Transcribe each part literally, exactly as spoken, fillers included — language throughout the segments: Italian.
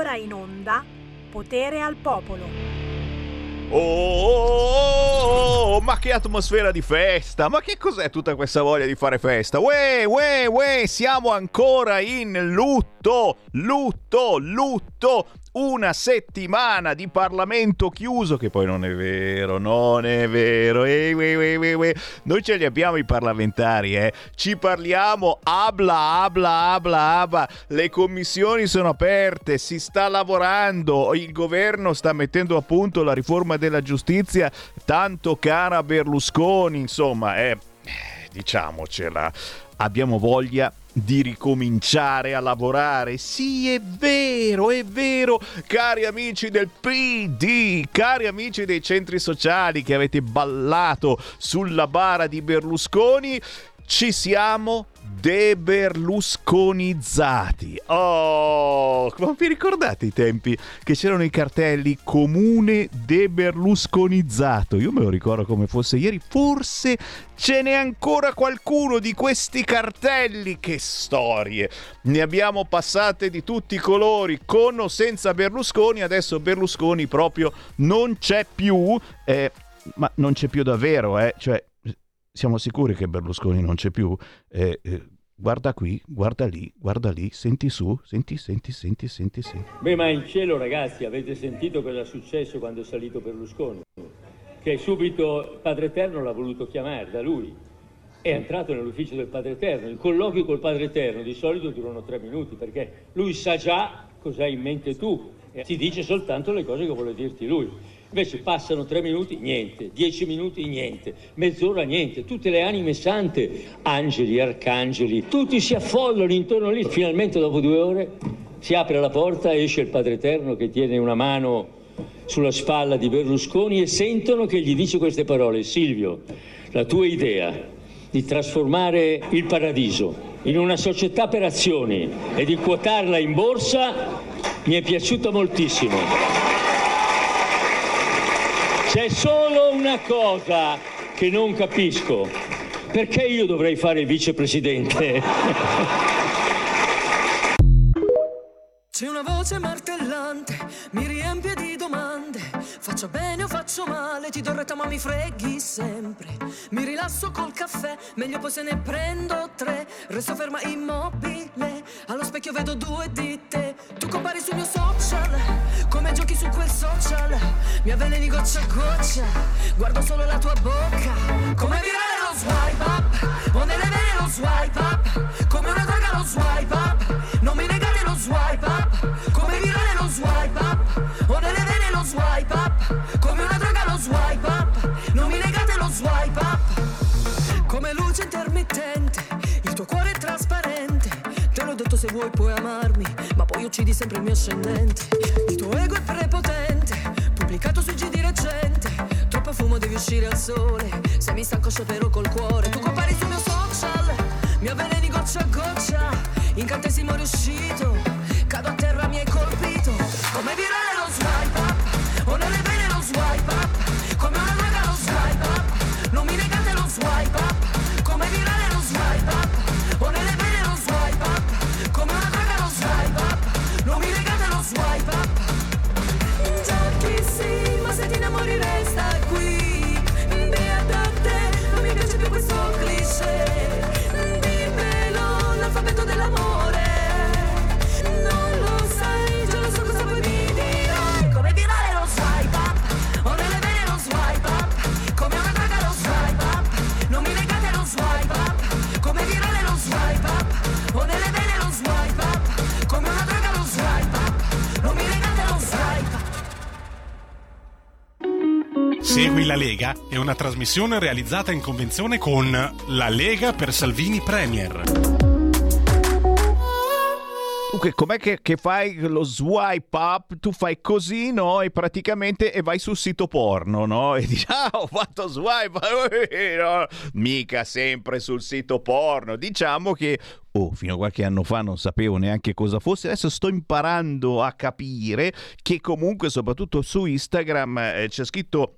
ora in onda Potere al Popolo. Oh, oh, oh, ma che atmosfera di festa! Ma che cos'è tutta questa voglia di fare festa? Uè, uè, uè, siamo ancora in lutto, lutto, lutto. Una settimana di Parlamento chiuso, che poi non è vero, non è vero. Eh, eh, eh, eh. Noi ce li abbiamo i parlamentari, eh. Ci parliamo, abla, abla, abla, abla. Le commissioni sono aperte, si sta lavorando, il governo sta mettendo a punto la riforma della giustizia, tanto cara a Berlusconi, insomma, eh, diciamocela, abbiamo voglia di ricominciare a lavorare. Sì, è vero, è vero, cari amici del P D, cari amici dei centri sociali che avete ballato sulla bara di Berlusconi, ci siamo deberlusconizzati. Oh, ma vi ricordate i tempi che c'erano i cartelli comune deberlusconizzato? Io me lo ricordo come fosse ieri. Forse ce n'è ancora qualcuno di questi cartelli. Che storie, ne abbiamo passate di tutti i colori, con o senza Berlusconi. Adesso Berlusconi proprio non c'è più, eh, ma non c'è più davvero, eh, cioè siamo sicuri che Berlusconi non c'è più? Eh, eh, guarda qui, guarda lì, guarda lì, senti su, senti, senti, senti, senti, senti. Beh, ma in cielo, ragazzi, avete sentito cosa è successo quando è salito Berlusconi? Che subito il Padre Eterno l'ha voluto chiamare da lui. È entrato nell'ufficio del Padre Eterno. Il colloquio col Padre Eterno di solito durano tre minuti, perché lui sa già cosa hai in mente tu e ti dice soltanto le cose che vuole dirti lui. Invece passano tre minuti, niente, dieci minuti, niente, mezz'ora, niente, tutte le anime sante, angeli, arcangeli, tutti si affollano intorno lì. Finalmente dopo due ore si apre la porta, esce il Padre Eterno che tiene una mano sulla spalla di Berlusconi e sentono che gli dice queste parole: Silvio, la tua idea di trasformare il Paradiso in una società per azioni e di quotarla in borsa mi è piaciuta moltissimo. C'è solo una cosa che non capisco: perché io dovrei fare il vicepresidente? C'è una voce martellante, mi riempie di domande. Faccio bene o faccio male, ti do retta ma mi freghi sempre. Mi rilasso col caffè, meglio poi se ne prendo tre. Resto ferma immobile, allo specchio vedo due di te. Tu compari sul mio social, come giochi su quel social. Mi avveleni goccia a goccia, guardo solo la tua bocca. Come virare lo swipe up, o nelle vene lo swipe up. Come una droga lo swipe up, non mi negate lo swipe up. Come virare lo swipe up, o nelle vene lo swipe up. Come una droga lo swipe up, non mi negate lo swipe up. Come luce intermittente, il tuo cuore è trasparente. Te l'ho detto, se vuoi puoi amarmi, ma poi uccidi sempre il mio ascendente. Il tuo ego è prepotente, pubblicato sui G D recente. Troppo fumo, devi uscire al sole, se mi stanco sciopero col cuore. Tu compari sul mio social, mi avveleni goccia a goccia. Incantesimo riuscito, cado a terra, mi hai colpito. Come virare lo swipe up, o nelle vene lo swipe up. Come una droga lo swipe up, non mi negate lo swipe up. Come virare lo swipe up, o nelle vene lo swipe up. Come una droga lo swipe up, non mi negate lo swipe up. Giochi sì, ma se ti innamori resta qui. Beata te, non mi piace più questo cliché. Dimmelo, l'alfabeto dell'amore. Non lo sai, già lo so cosa poi mi dirai. Come virare lo swipe up, o nelle vene lo swipe up. Come una droga lo swipe up, non mi negate lo swipe up. Come virare lo swipe up, o nelle vene lo swipe up. Come una droga lo swipe up, non mi negate lo swipe up. Segui la Lega è una trasmissione realizzata in convenzione con La Lega per Salvini Premier. Dunque, com'è che, che fai lo swipe up? Tu fai così, no? E praticamente e vai sul sito porno, no? E dici, ah, ho fatto swipe, no? Mica sempre sul sito porno. Diciamo che Oh, fino a qualche anno fa non sapevo neanche cosa fosse, adesso sto imparando a capire che comunque soprattutto su Instagram eh, c'è scritto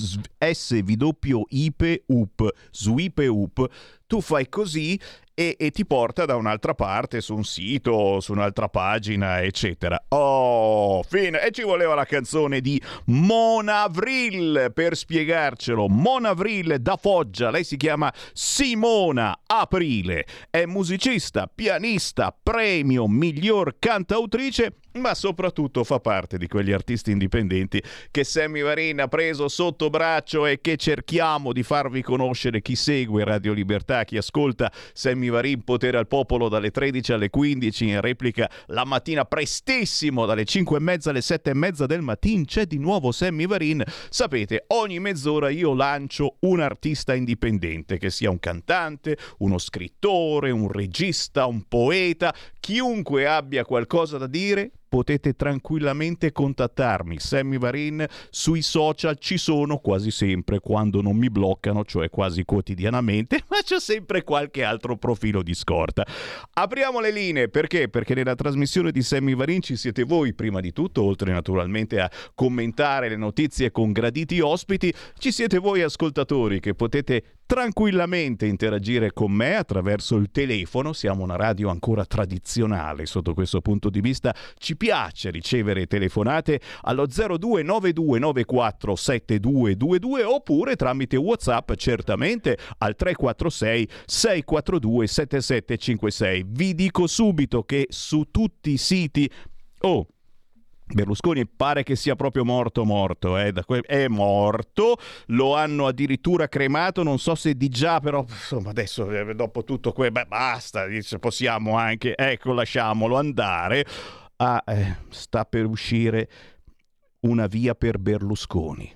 S W I P U P, Swipe Up, tu fai così e, e ti porta da un'altra parte su un sito, su un'altra pagina, eccetera. Oh, fine! E ci voleva la canzone di Mona Avril per spiegarcelo. Mona Avril da Foggia, lei si chiama Simona Aprile, è musicista, pianista, premio miglior cantautrice, ma soprattutto fa parte di quegli artisti indipendenti che Sammy Varin ha preso sotto braccio e che cerchiamo di farvi conoscere. Chi segue Radio Libertà, chi ascolta Sammy Varin Potere al Popolo dalle tredici alle quindici, in replica la mattina prestissimo dalle cinque e mezza alle sette e mezza del mattino c'è di nuovo Sammy Varin. Sapete, ogni mezz'ora io lancio un artista indipendente, che sia un cantante, uno scrittore, un regista, un poeta, chiunque abbia qualcosa da dire. Potete tranquillamente contattarmi, Sammy Varin, sui social ci sono quasi sempre, quando non mi bloccano, cioè quasi quotidianamente, ma c'è sempre qualche altro profilo di scorta. Apriamo le linee, perché? Perché nella trasmissione di Sammy Varin ci siete voi prima di tutto, oltre naturalmente a commentare le notizie con graditi ospiti, ci siete voi ascoltatori che potete tranquillamente interagire con me attraverso il telefono. Siamo una radio ancora tradizionale sotto questo punto di vista, ci piace ricevere telefonate allo zero due nove due nove quattro sette due due due oppure tramite WhatsApp certamente al tre quattro sei sei quattro due sette sette cinque sei. Vi dico subito che su tutti i siti oh Berlusconi pare che sia proprio morto morto, eh? Da que- è morto, lo hanno addirittura cremato, non so se di già, però insomma adesso eh, dopo tutto que- beh, basta, dice, possiamo anche, ecco, lasciamolo andare. Ah, eh, sta per uscire una via per Berlusconi.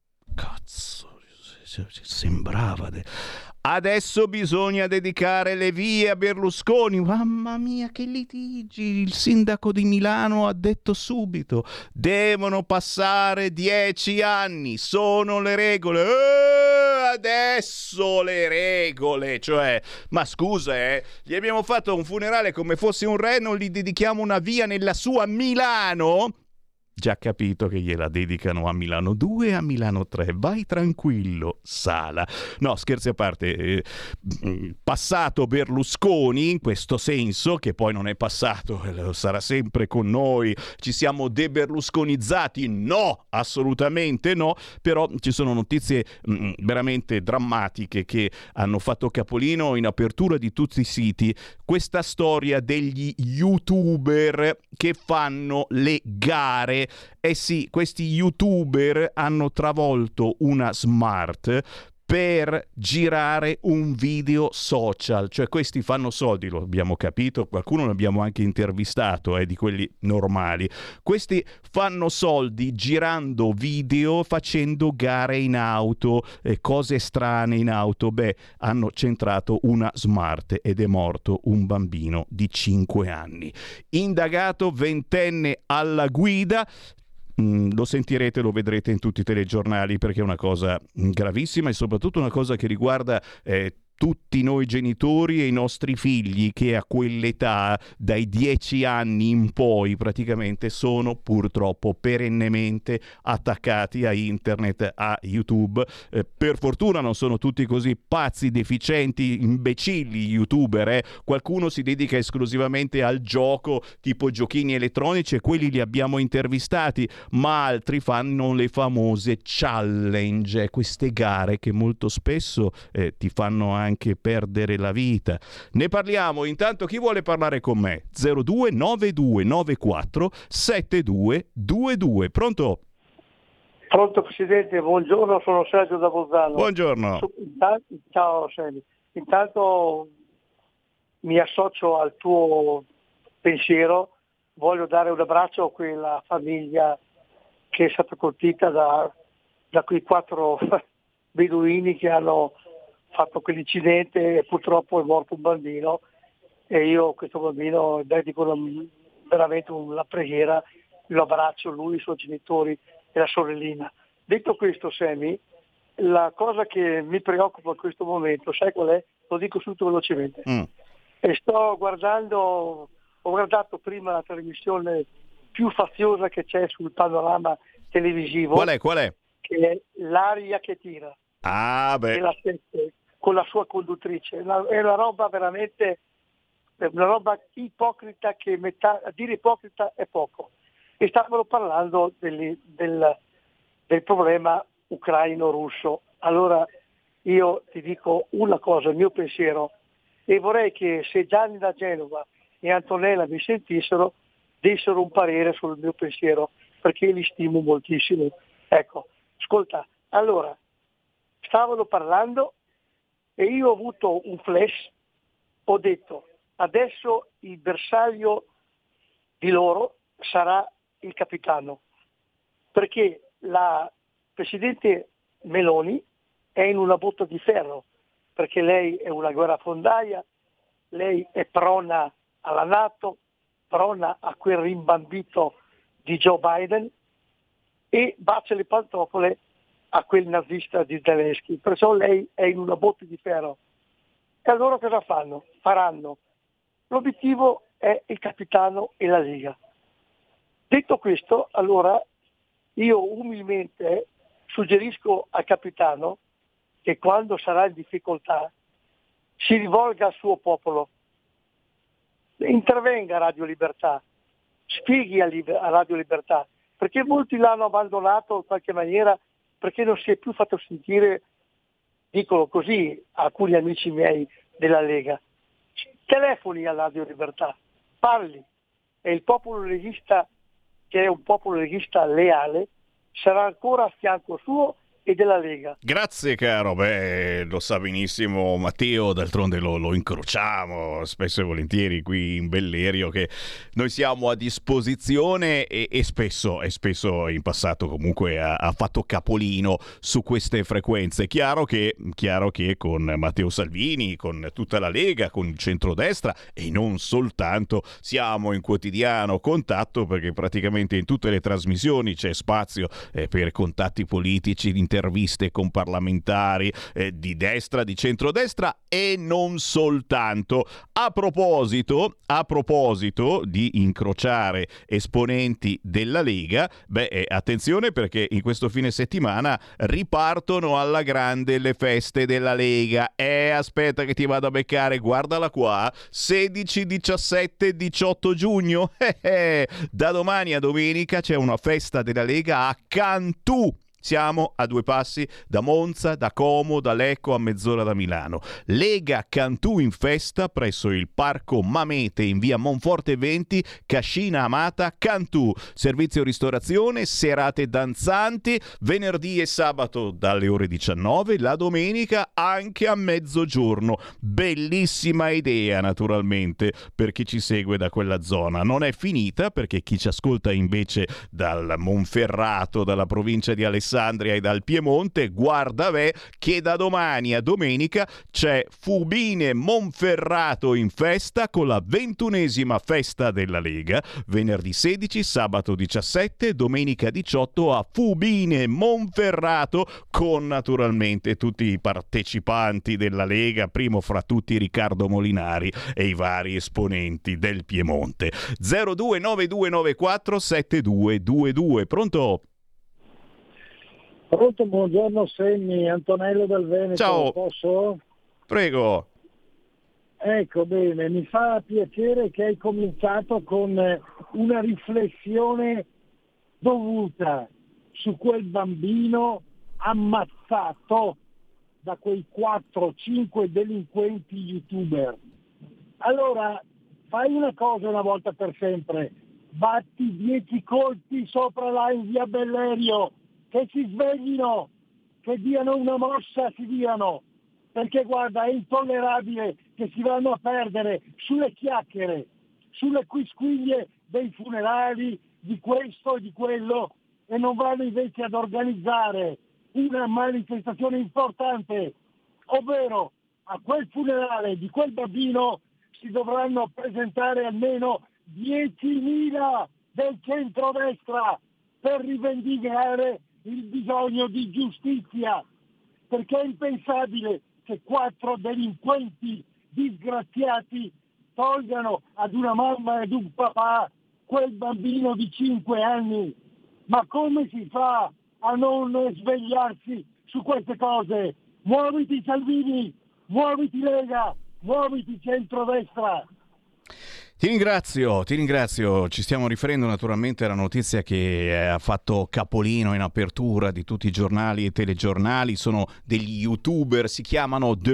Cazzo, sembrava de- adesso bisogna dedicare le vie a Berlusconi. Mamma mia, che litigi! Il sindaco di Milano ha detto subito: devono passare dieci anni, sono le regole. Eh, adesso le regole, cioè, ma scusa, eh, gli abbiamo fatto un funerale come fosse un re, non gli dedichiamo una via nella sua Milano? Già capito che gliela dedicano a Milano due e a Milano tre. Vai tranquillo, Sala. No, scherzi a parte, eh, passato Berlusconi, in questo senso, che poi non è passato, eh, sarà sempre con noi, ci siamo deberlusconizzati? No, assolutamente no, però ci sono notizie mh, veramente drammatiche che hanno fatto capolino in apertura di tutti i siti. Questa storia degli youtuber che fanno le gare. Eh sì, questi youtuber hanno travolto una smart per girare un video social, cioè questi fanno soldi, lo abbiamo capito, qualcuno l'abbiamo anche intervistato, eh, di quelli normali. Questi fanno soldi girando video, facendo gare in auto, eh, cose strane in auto. Beh, hanno centrato una smart ed è morto un bambino di cinque anni. Indagato ventenne alla guida. Mm, lo sentirete, lo vedrete in tutti i telegiornali, perché è una cosa gravissima e soprattutto una cosa che riguarda eh, tutti noi genitori e i nostri figli, che a quell'età, dai dieci anni in poi, praticamente sono purtroppo perennemente attaccati a internet, a YouTube. Eh, per fortuna non sono tutti così pazzi, deficienti, imbecilli youtuber, eh. Qualcuno si dedica esclusivamente al gioco, tipo giochini elettronici, e quelli li abbiamo intervistati, ma altri fanno le famose challenge, queste gare che molto spesso eh, ti fanno anche anche perdere la vita. Ne parliamo. Intanto chi vuole parlare con me? zero due nove due nove quattro sette due due due. Pronto? Pronto Presidente, buongiorno, sono Sergio da Bolzano. Buongiorno. Ciao Sergio. Intanto mi associo al tuo pensiero, voglio dare un abbraccio a quella famiglia che è stata colpita da, da quei quattro beduini che hanno fatto quell'incidente e purtroppo è morto un bambino, e io a questo bambino dedico una, veramente una preghiera, lo abbraccio, lui, i suoi genitori e la sorellina. Detto questo, Sammy, la cosa che mi preoccupa in questo momento, sai qual è? Lo dico subito velocemente. Mm. E sto guardando, ho guardato prima la trasmissione più faziosa che c'è sul panorama televisivo. Qual è, qual è? Che è L'aria che tira. Ah, beh. E la sette, con la sua conduttrice. È una, è una roba veramente, è una roba ipocrita, che metà, a dire ipocrita è poco. E stavano parlando delle, del, del problema ucraino-russo. Allora io ti dico una cosa, il mio pensiero, e vorrei che se Gianni da Genova e Antonella mi sentissero, dessero un parere sul mio pensiero, perché li stimo moltissimo. Ecco, ascolta, allora, stavano parlando e io ho avuto un flash, ho detto, adesso il bersaglio di loro sarà il capitano, perché la Presidente Meloni è in una botta di ferro, perché lei è una guerrafondaia, lei è prona alla NATO, prona a quel rimbambito di Joe Biden e bacia le pantofole a quel nazista di Zelensky, perciò lei è in una botte di ferro. E allora cosa fanno? Faranno. L'obiettivo è il capitano e la Lega. Detto questo, allora io umilmente suggerisco al capitano che quando sarà in difficoltà si rivolga al suo popolo, intervenga a Radio Libertà, spieghi a Radio Libertà, perché molti l'hanno abbandonato in qualche maniera perché non si è più fatto sentire, dicono così alcuni amici miei della Lega. Telefoni a Radio Libertà, parli, e il popolo leghista, che è un popolo leghista leale, sarà ancora a fianco suo e della Lega. Grazie caro, beh, lo sa benissimo Matteo, d'altronde lo, lo incrociamo spesso e volentieri qui in Bellerio, che noi siamo a disposizione e, e spesso e spesso in passato comunque ha, ha fatto capolino su queste frequenze. Chiaro che, chiaro che con Matteo Salvini, con tutta la Lega, con il centrodestra e non soltanto, siamo in quotidiano contatto, perché praticamente in tutte le trasmissioni c'è spazio eh, per contatti politici, di interviste con parlamentari eh, di destra, di centrodestra e non soltanto. A proposito, a proposito di incrociare esponenti della Lega, beh, eh, attenzione, perché in questo fine settimana ripartono alla grande le feste della Lega. Eh, aspetta che ti vado a beccare, guardala qua, sedici, diciassette e diciotto giugno. Eh, eh. Da domani a domenica c'è una festa della Lega a Cantù. Siamo a due passi da Monza, da Como, da Lecco, a mezz'ora da Milano. Lega Cantù in festa presso il Parco Mamete in via Monforte venti, Cascina Amata, Cantù. Servizio ristorazione, serate danzanti, venerdì e sabato dalle ore diciannove, la domenica anche a mezzogiorno. Bellissima idea, naturalmente, per chi ci segue da quella zona. Non è finita, perché chi ci ascolta invece dal Monferrato, dalla provincia di Alessandria e dal Piemonte, guarda beh che da domani a domenica c'è Fubine Monferrato in festa con la ventunesima festa della Lega, venerdì sedici, sabato diciassette, domenica diciotto a Fubine Monferrato, con naturalmente tutti i partecipanti della Lega, primo fra tutti Riccardo Molinari e i vari esponenti del Piemonte. zero due nove due nove quattro sette due due due. Pronto? Pronto, buongiorno Semmi, Antonello del Veneto. Ciao. Posso? Prego. Ecco, bene, mi fa piacere che hai cominciato con una riflessione dovuta su quel bambino ammazzato da quei quattro cinque delinquenti youtuber. Allora, fai una cosa una volta per sempre, batti dieci colpi sopra là in via Bellerio, che si sveglino, che diano una mossa, si diano, perché guarda, è intollerabile che si vanno a perdere sulle chiacchiere, sulle quisquiglie dei funerali, di questo e di quello, e non vanno invece ad organizzare una manifestazione importante, ovvero a quel funerale di quel bambino si dovranno presentare almeno diecimila del centrodestra per rivendicare il bisogno di giustizia, perché è impensabile che quattro delinquenti disgraziati tolgano ad una mamma e ad un papà quel bambino di cinque anni. Ma come si fa a non svegliarsi su queste cose? Muoviti Salvini, muoviti Lega, muoviti centrodestra. Ti ringrazio, ti ringrazio. Ci stiamo riferendo naturalmente alla notizia che ha fatto capolino in apertura di tutti i giornali e telegiornali. Sono degli youtuber, si chiamano The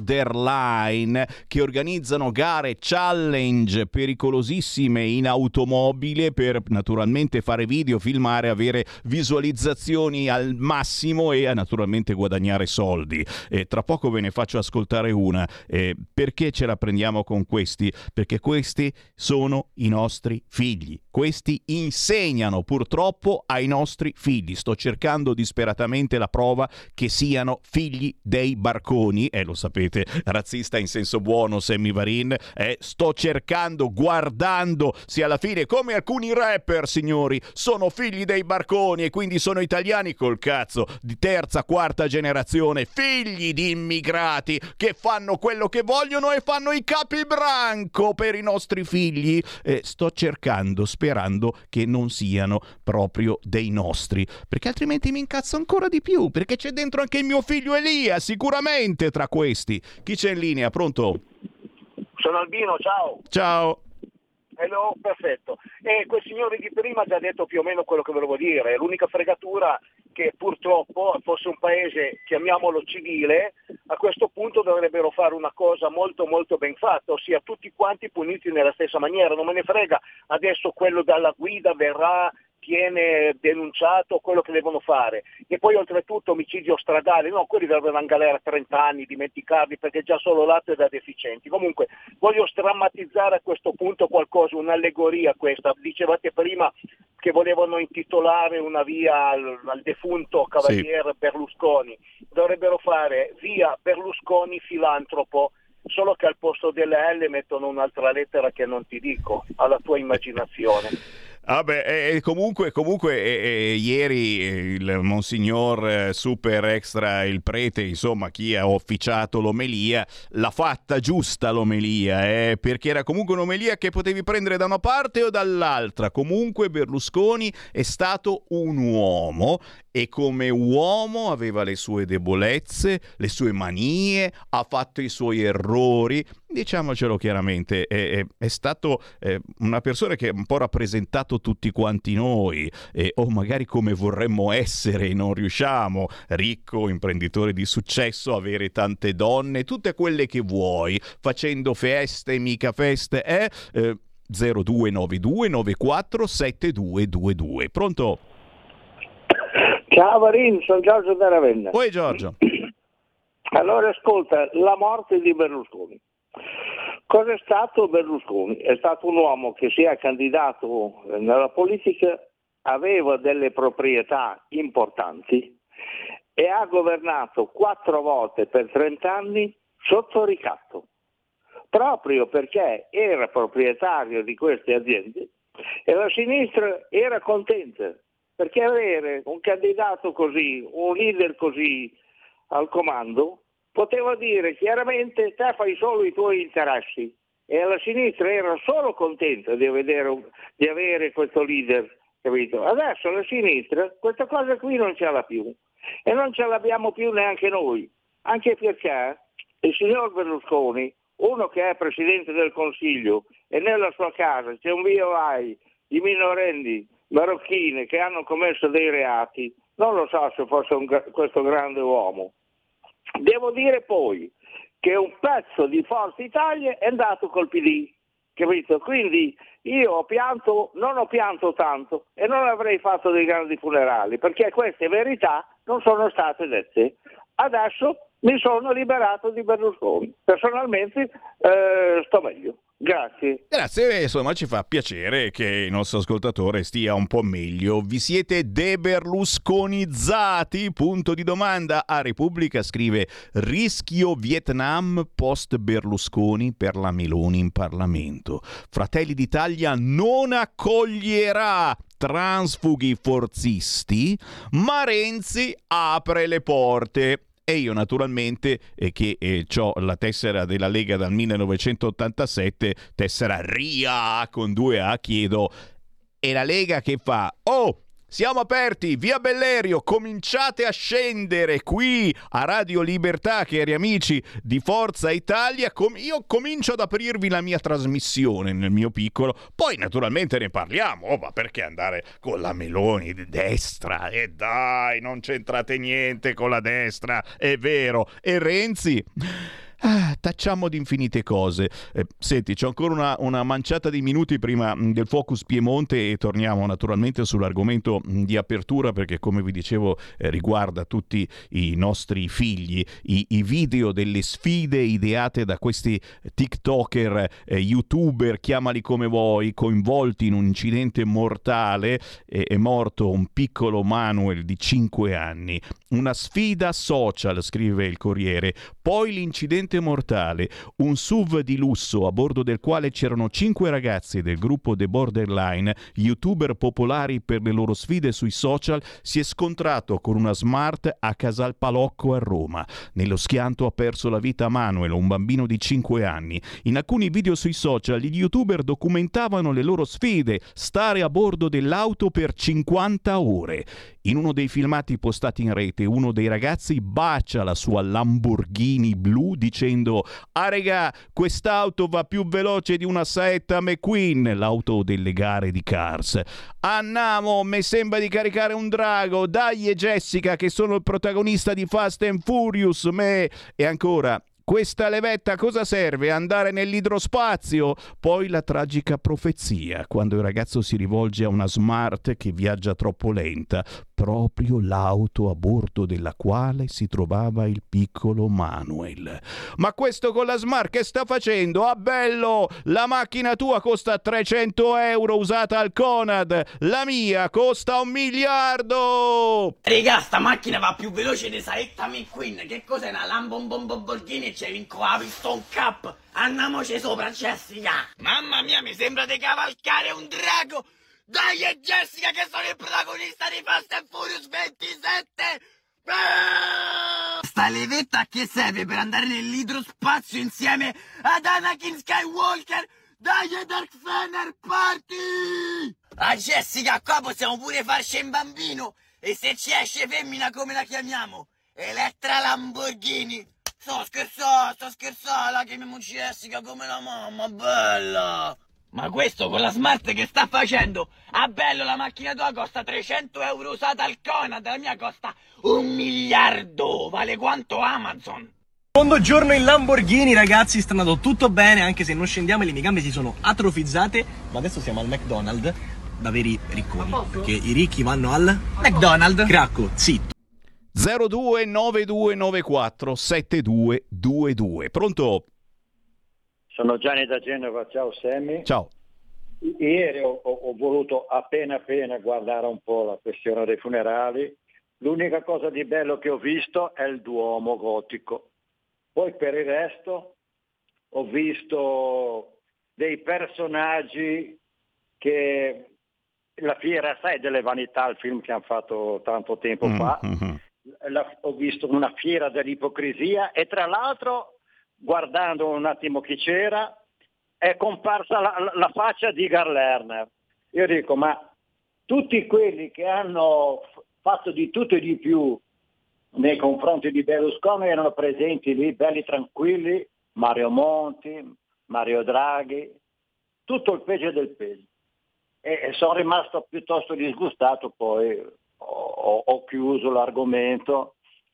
Borderline, che organizzano gare challenge pericolosissime in automobile per naturalmente fare video, filmare, avere visualizzazioni al massimo e naturalmente guadagnare soldi. E tra poco ve ne faccio ascoltare una. Eh, perché ce la prendiamo con questi? Perché questi sono i nostri figli. Questi insegnano purtroppo ai nostri figli. Sto cercando disperatamente la prova che siano figli dei barconi. E eh, lo sapete, razzista in senso buono, Sammy Varin. Eh, sto cercando, guardando se alla fine, come alcuni rapper, signori, sono figli dei barconi e quindi sono italiani col cazzo di terza, quarta generazione, figli di immigrati che fanno quello che vogliono e fanno i capibranco per i nostri figli. Eh, sto cercando, sperando che non siano proprio dei nostri, perché altrimenti mi incazzo ancora di più, perché c'è dentro anche il mio figlio Elia, sicuramente tra questi. Chi c'è in linea? Pronto? Sono Albino, ciao. Ciao. Hello, perfetto. E quel signore di prima ha già detto più o meno quello che volevo dire. L'unica fregatura che purtroppo fosse un paese, chiamiamolo civile, a questo punto dovrebbero fare una cosa molto molto ben fatta, ossia tutti quanti puniti nella stessa maniera. Non me ne frega adesso quello dalla guida verrà, viene denunciato, quello che devono fare. E poi oltretutto omicidio stradale, no, quelli dovrebbero in galera trenta anni, dimenticarli, perché già solo l'atto è da deficienti. Comunque voglio strammatizzare a questo punto qualcosa, un'allegoria questa. Dicevate prima che volevano intitolare una via al, al defunto cavaliere sì. Berlusconi. Dovrebbero fare via Berlusconi filantropo, solo che al posto delle L mettono un'altra lettera che non ti dico, alla tua immaginazione. Vabbè, eh, comunque, comunque eh, eh, ieri eh, il Monsignor eh, Super Extra, il prete, insomma, chi ha officiato l'omelia, l'ha fatta giusta l'omelia, eh, perché era comunque un'omelia che potevi prendere da una parte o dall'altra. Comunque Berlusconi è stato un uomo e come uomo aveva le sue debolezze, le sue manie, ha fatto i suoi errori. Diciamocelo chiaramente, è, è, è stato eh, una persona che ha un po' rappresentato tutti quanti noi, eh, o magari come vorremmo essere e non riusciamo, ricco, imprenditore di successo, avere tante donne, tutte quelle che vuoi, facendo feste, mica feste, eh? eh zero due nove due nove quattro sette due due due. Pronto? Ciao Varin, sono Giorgio da Ravenna. Poi Giorgio. Allora ascolta, la morte di Berlusconi. Cosa è stato Berlusconi? È stato un uomo che si è candidato nella politica, aveva delle proprietà importanti e ha governato quattro volte per trenta anni sotto ricatto, proprio perché era proprietario di queste aziende e la sinistra era contenta, perché avere un candidato così, un leader così al comando, poteva dire chiaramente te fai solo i tuoi interessi, e la sinistra era solo contenta di, vedere, di avere questo leader, capito? Adesso la sinistra questa cosa qui non ce l'ha più e non ce l'abbiamo più neanche noi, anche perché il signor Berlusconi, uno che è Presidente del Consiglio e nella sua casa c'è un via vai di minorenni marocchine che hanno commesso dei reati, non lo so se fosse un, questo grande uomo. Devo dire poi che un pezzo di Forza Italia è andato col P D, capito? Quindi io ho pianto, non ho pianto tanto e non avrei fatto dei grandi funerali, perché queste verità non sono state dette. Adesso mi sono liberato di Berlusconi. Personalmente eh, sto meglio. Grazie. Grazie, insomma ci fa piacere che il nostro ascoltatore stia un po' meglio. Vi siete deberlusconizzati? Punto di domanda. A Repubblica scrive: rischio Vietnam post Berlusconi per la Meloni in Parlamento. Fratelli d'Italia non accoglierà transfughi forzisti, ma Renzi apre le porte. E io naturalmente, eh, che eh, ho la tessera della Lega dal millenovecentottantasette, tessera R I A con due A, chiedo, e la Lega che fa? Oh, siamo aperti, via Bellerio, cominciate a scendere qui a Radio Libertà, cari amici di Forza Italia, com- io comincio ad aprirvi la mia trasmissione nel mio piccolo, poi naturalmente ne parliamo, oh, ma perché andare con la Meloni di destra? E dai, non c'entrate niente con la destra, è vero, e Renzi... Ah, tacciamo di infinite cose. Eh, senti, c'ho ancora una, una manciata di minuti prima mh, del Focus Piemonte e torniamo naturalmente sull'argomento mh, di apertura, perché come vi dicevo eh, riguarda tutti i nostri figli, i, i video delle sfide ideate da questi TikToker, eh, YouTuber, chiamali come vuoi, coinvolti in un incidente mortale. Eh, è morto un piccolo Manuel di cinque anni. Una sfida social, scrive il Corriere. Poi l'incidente mortale, un S U V di lusso a bordo del quale c'erano cinque ragazzi del gruppo The Borderline, youtuber popolari per le loro sfide sui social, si è scontrato con una Smart a Casalpalocco a Roma. Nello schianto ha perso la vita Manuel, un bambino di cinque anni. In alcuni video sui social gli youtuber documentavano le loro sfide, stare a bordo dell'auto per cinquanta ore. In uno dei filmati postati in rete, uno dei ragazzi bacia la sua Lamborghini blu dicendo «Ah regà, quest'auto va più veloce di una saetta McQueen», l'auto delle gare di Cars. «Annamo, mi sembra di caricare un drago, dai Jessica che sono il protagonista di Fast and Furious, me...» E ancora... «Questa levetta cosa serve? Andare nell'idrospazio?» Poi la tragica profezia, quando il ragazzo si rivolge a una Smart che viaggia troppo lenta, proprio l'auto a bordo della quale si trovava il piccolo Manuel. «Ma questo con la Smart che sta facendo? Ah bello! La macchina tua costa trecento euro usata al Conad, la mia costa un miliardo!» Regà, sta macchina va più veloce di saetta McQueen. Che cos'è una Lamborghini? C'è vinco la Piston Cup. Andiamoci sopra, Jessica. Mamma mia, mi sembra di cavalcare un drago. Dai Jessica che sono il protagonista di Fast and Furious ventisette. Ah! Sta levetta a che serve? Per andare nell'idrospazio insieme ad Anakin Skywalker. Dai Dark Fener Party. Ah Jessica, qua possiamo pure farci un bambino. E se ci esce femmina come la chiamiamo? Elettra Lamborghini. Sto scherzando, sto scherzando, la chiamiamo Jessica come la mamma, bella! Ma questo con la Smart che sta facendo? Ah bello, la macchina tua costa trecento euro usata al Conad, la mia costa un miliardo, vale quanto Amazon! Secondo giorno in Lamborghini, ragazzi, sta andando tutto bene, anche se non scendiamo e le mie gambe si sono atrofizzate, ma adesso siamo al McDonald's, da veri ricconi, perché i ricchi vanno al... McDonald's! Cracco, zitto! zero due nove due nove quattro sette due due due. Pronto? Sono Gianni da Genova, ciao Sammy. Ciao. Ieri ho, ho voluto appena appena guardare un po' la questione dei funerali. L'unica cosa di bello che ho visto è il Duomo gotico. Poi per il resto ho visto dei personaggi che la fiera, sai, delle vanità, il film che hanno fatto tanto tempo fa. Mm-hmm. La, ho visto una fiera dell'ipocrisia e tra l'altro guardando un attimo chi c'era è comparsa la, la, la faccia di Gar Lerner. Io dico, ma tutti quelli che hanno fatto di tutto e di più nei confronti di Berlusconi erano presenti lì, belli tranquilli, Mario Monti, Mario Draghi, tutto il peggio del peggio. E, e sono rimasto piuttosto disgustato, poi Ho, ho chiuso l'argomento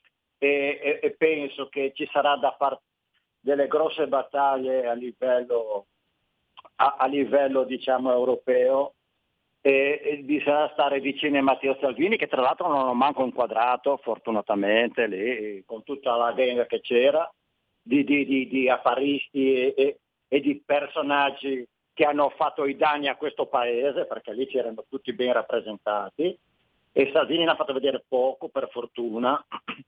e, e, e penso che ci sarà da fare delle grosse battaglie a livello, a, a livello diciamo europeo e, e bisogna stare vicini a Matteo Salvini, che tra l'altro non ho manco inquadrato fortunatamente lì con tutta la gang che c'era di, di, di, di affaristi e, e, e di personaggi che hanno fatto i danni a questo paese, perché lì c'erano tutti ben rappresentati. E Salvini ne ha fatto vedere poco, per fortuna,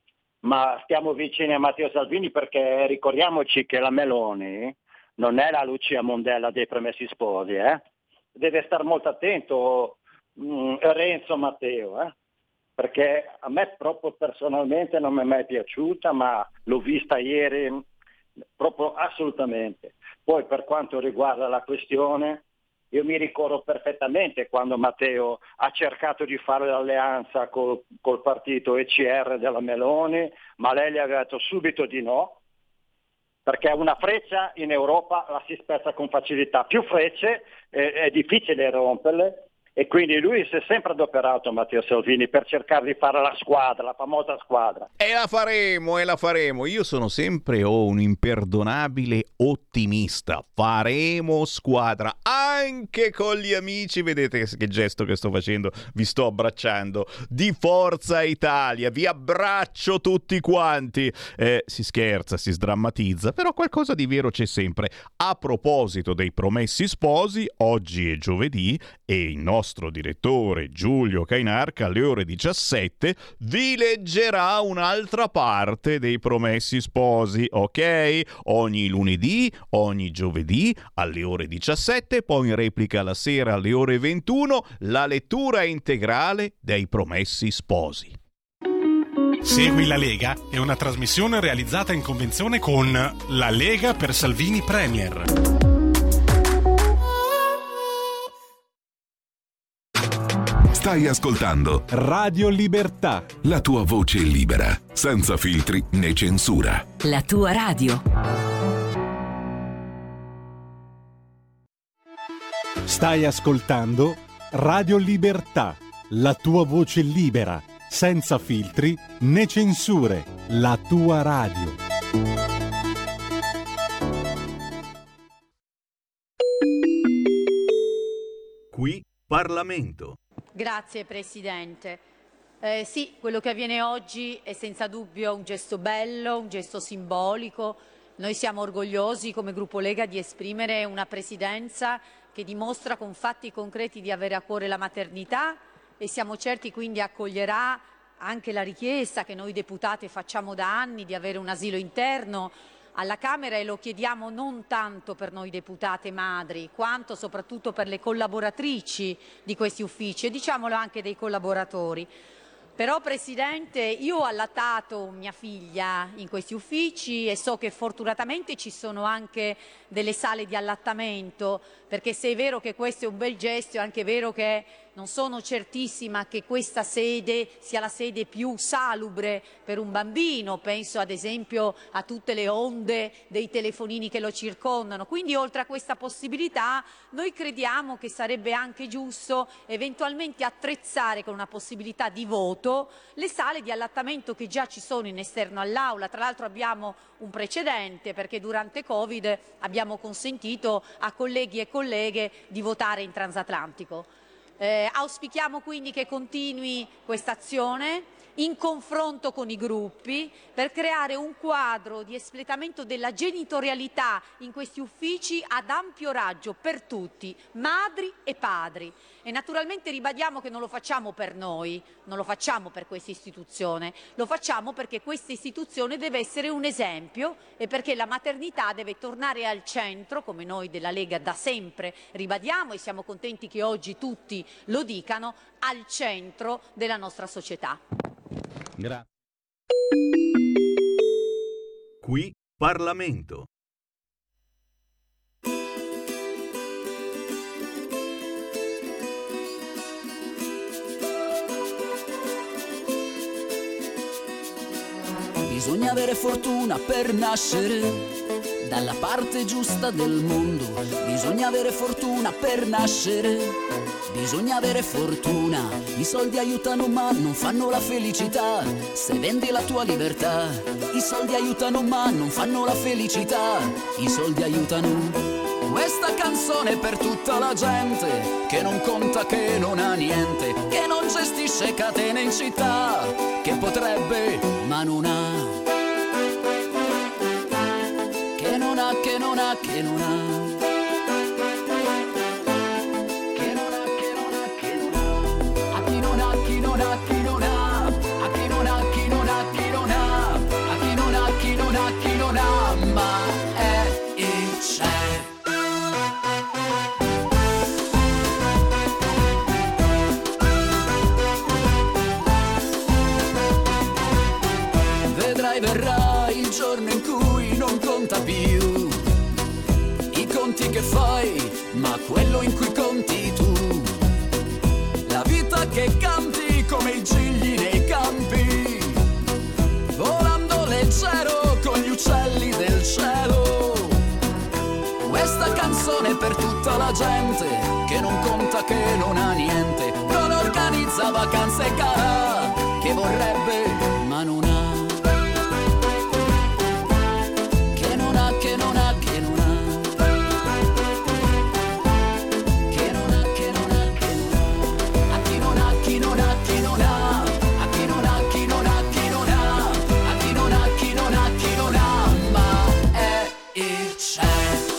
ma stiamo vicini a Matteo Salvini perché ricordiamoci che la Meloni non è la Lucia Mondella dei Promessi Sposi, eh? Deve stare molto attento mh, Renzo Matteo, eh? perché a me proprio personalmente non mi è mai piaciuta, ma l'ho vista ieri proprio assolutamente. Poi per quanto riguarda la questione, io mi ricordo perfettamente quando Matteo ha cercato di fare l'alleanza col, col partito E C R della Meloni, ma lei gli ha detto subito di no, perché una freccia in Europa la si spezza con facilità, più frecce eh, è difficile romperle, e quindi lui si è sempre adoperato, Matteo Salvini, per cercare di fare la squadra, la famosa squadra. E la faremo, e la faremo. Io sono sempre oh, un imperdonabile ottimista. Faremo squadra anche con gli amici. Vedete che gesto che sto facendo? Vi sto abbracciando. Di Forza Italia. Vi abbraccio tutti quanti. Eh, si scherza, si sdrammatizza, però qualcosa di vero c'è sempre. A proposito dei promessi sposi, oggi è giovedì e il nostro nostro direttore Giulio Cainarca alle ore diciassette vi leggerà un'altra parte dei Promessi Sposi, ok? Ogni lunedì, ogni giovedì alle ore diciassette, poi in replica la sera alle ore ventuno, la lettura integrale dei Promessi Sposi. Segui la Lega è una trasmissione realizzata in convenzione con La Lega per Salvini Premier. Stai ascoltando Radio Libertà, la tua voce libera, senza filtri né censura. La tua radio. Stai ascoltando Radio Libertà, la tua voce libera, senza filtri né censure. La tua radio. Qui Parlamento. Grazie Presidente. Eh, sì, quello che avviene oggi è senza dubbio un gesto bello, un gesto simbolico. Noi siamo orgogliosi come Gruppo Lega di esprimere una Presidenza che dimostra con fatti concreti di avere a cuore la maternità e siamo certi quindi accoglierà anche la richiesta che noi deputate facciamo da anni di avere un asilo interno alla Camera, e lo chiediamo non tanto per noi deputate madri, quanto soprattutto per le collaboratrici di questi uffici e diciamolo anche dei collaboratori. Però Presidente, io ho allattato mia figlia in questi uffici e so che fortunatamente ci sono anche delle sale di allattamento, perché se è vero che questo è un bel gesto, è anche vero che non sono certissima che questa sede sia la sede più salubre per un bambino, penso ad esempio a tutte le onde dei telefonini che lo circondano. Quindi oltre a questa possibilità noi crediamo che sarebbe anche giusto eventualmente attrezzare con una possibilità di voto le sale di allattamento che già ci sono in esterno all'Aula. Tra l'altro abbiamo un precedente perché durante Covid abbiamo consentito a colleghi e colleghe di votare in transatlantico. Eh, auspichiamo quindi che continui questa azione in confronto con i gruppi per creare un quadro di espletamento della genitorialità in questi uffici ad ampio raggio per tutti, madri e padri. E naturalmente ribadiamo che non lo facciamo per noi, non lo facciamo per questa istituzione, lo facciamo perché questa istituzione deve essere un esempio e perché la maternità deve tornare al centro, come noi della Lega da sempre ribadiamo e siamo contenti che oggi tutti lo dicano, al centro della nostra società. Grazie. Qui Parlamento. Bisogna avere fortuna per nascere dalla parte giusta del mondo. Bisogna avere fortuna per nascere. Bisogna avere fortuna. I soldi aiutano ma non fanno la felicità. Se vendi la tua libertà. I soldi aiutano ma non fanno la felicità. I soldi aiutano. Questa canzone è per tutta la gente che non conta, che non ha niente, che non gestisce catene in città, che potrebbe ma non ha, che non ha, che non ha, che non ha. verrà il giorno in cui non conta più i conti che fai, ma quello in cui conti tu. La vita che canti come i gigli nei campi, volando leggero con gli uccelli del cielo. Questa canzone per tutta la gente che non conta, che non ha niente, non organizza vacanze e gara, che vorrebbe ma non ha. Che non ha, che non ha, che non ha. Che non ha, che non ha, che non ha. A chi non ha, chi non ha, chi non ha. A chi non ha, chi non ha, chi non ha. A chi non ha, chi non ha, chi non ha. Ma è e c'è.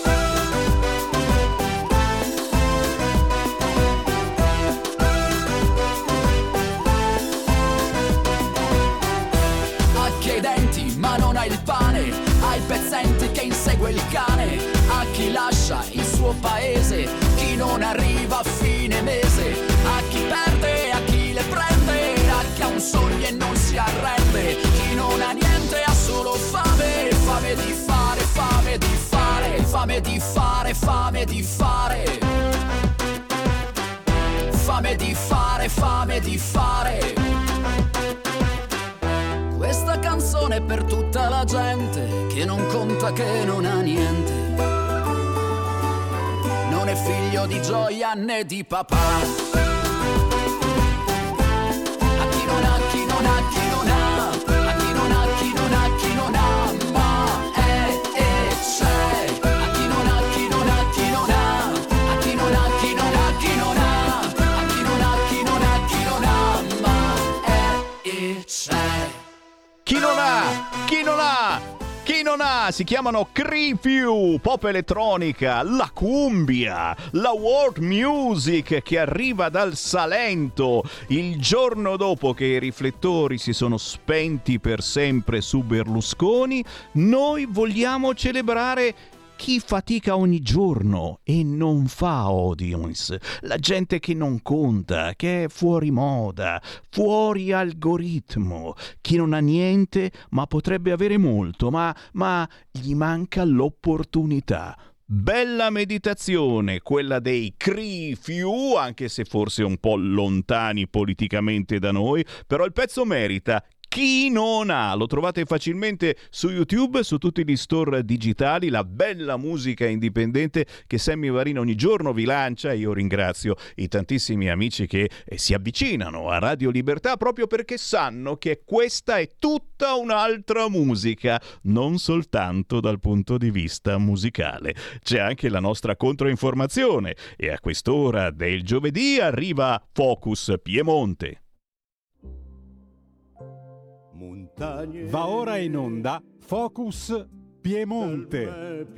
Il pane, ai pezzenti che insegue il cane, a chi lascia il suo paese, chi non arriva a fine mese, a chi perde, a chi le prende, a chi ha un sogno e non si arrende, chi non ha niente ha solo fame, fame di fare, fame di fare, fame di fare, fame di fare, fame di fare, fame di fare. Questa canzone è per tutta la gente che non conta, che non ha niente, non è figlio di gioia né di papà. A chi non ha, chi non ha, chi non ha, a chi non ha, chi non ha, chi non ha, ma è e c'è. A chi non ha, chi non ha, chi non ha, a chi non ha, chi non ha, chi non ha, a chi non ha, chi non ha, chi non ha, ma è e c'è. Chi non ha? Chi non ha? Chi non ha? Si chiamano Crifiu, pop elettronica, la cumbia, la world music che arriva dal Salento. Il giorno dopo che i riflettori si sono spenti per sempre su Berlusconi, noi vogliamo celebrare chi fatica ogni giorno e non fa audience, la gente che non conta, che è fuori moda, fuori algoritmo, chi non ha niente ma potrebbe avere molto, ma, ma gli manca l'opportunità. Bella meditazione, quella dei Crifiu, anche se forse un po' lontani politicamente da noi, però il pezzo merita. Chi non ha? Lo trovate facilmente su YouTube, su tutti gli store digitali, la bella musica indipendente che Sammy Varin ogni giorno vi lancia. Io ringrazio i tantissimi amici che eh, si avvicinano a Radio Libertà proprio perché sanno che questa è tutta un'altra musica, non soltanto dal punto di vista musicale. C'è anche la nostra controinformazione e a quest'ora del giovedì arriva Focus Piemonte. Va ora in onda Focus Piemonte.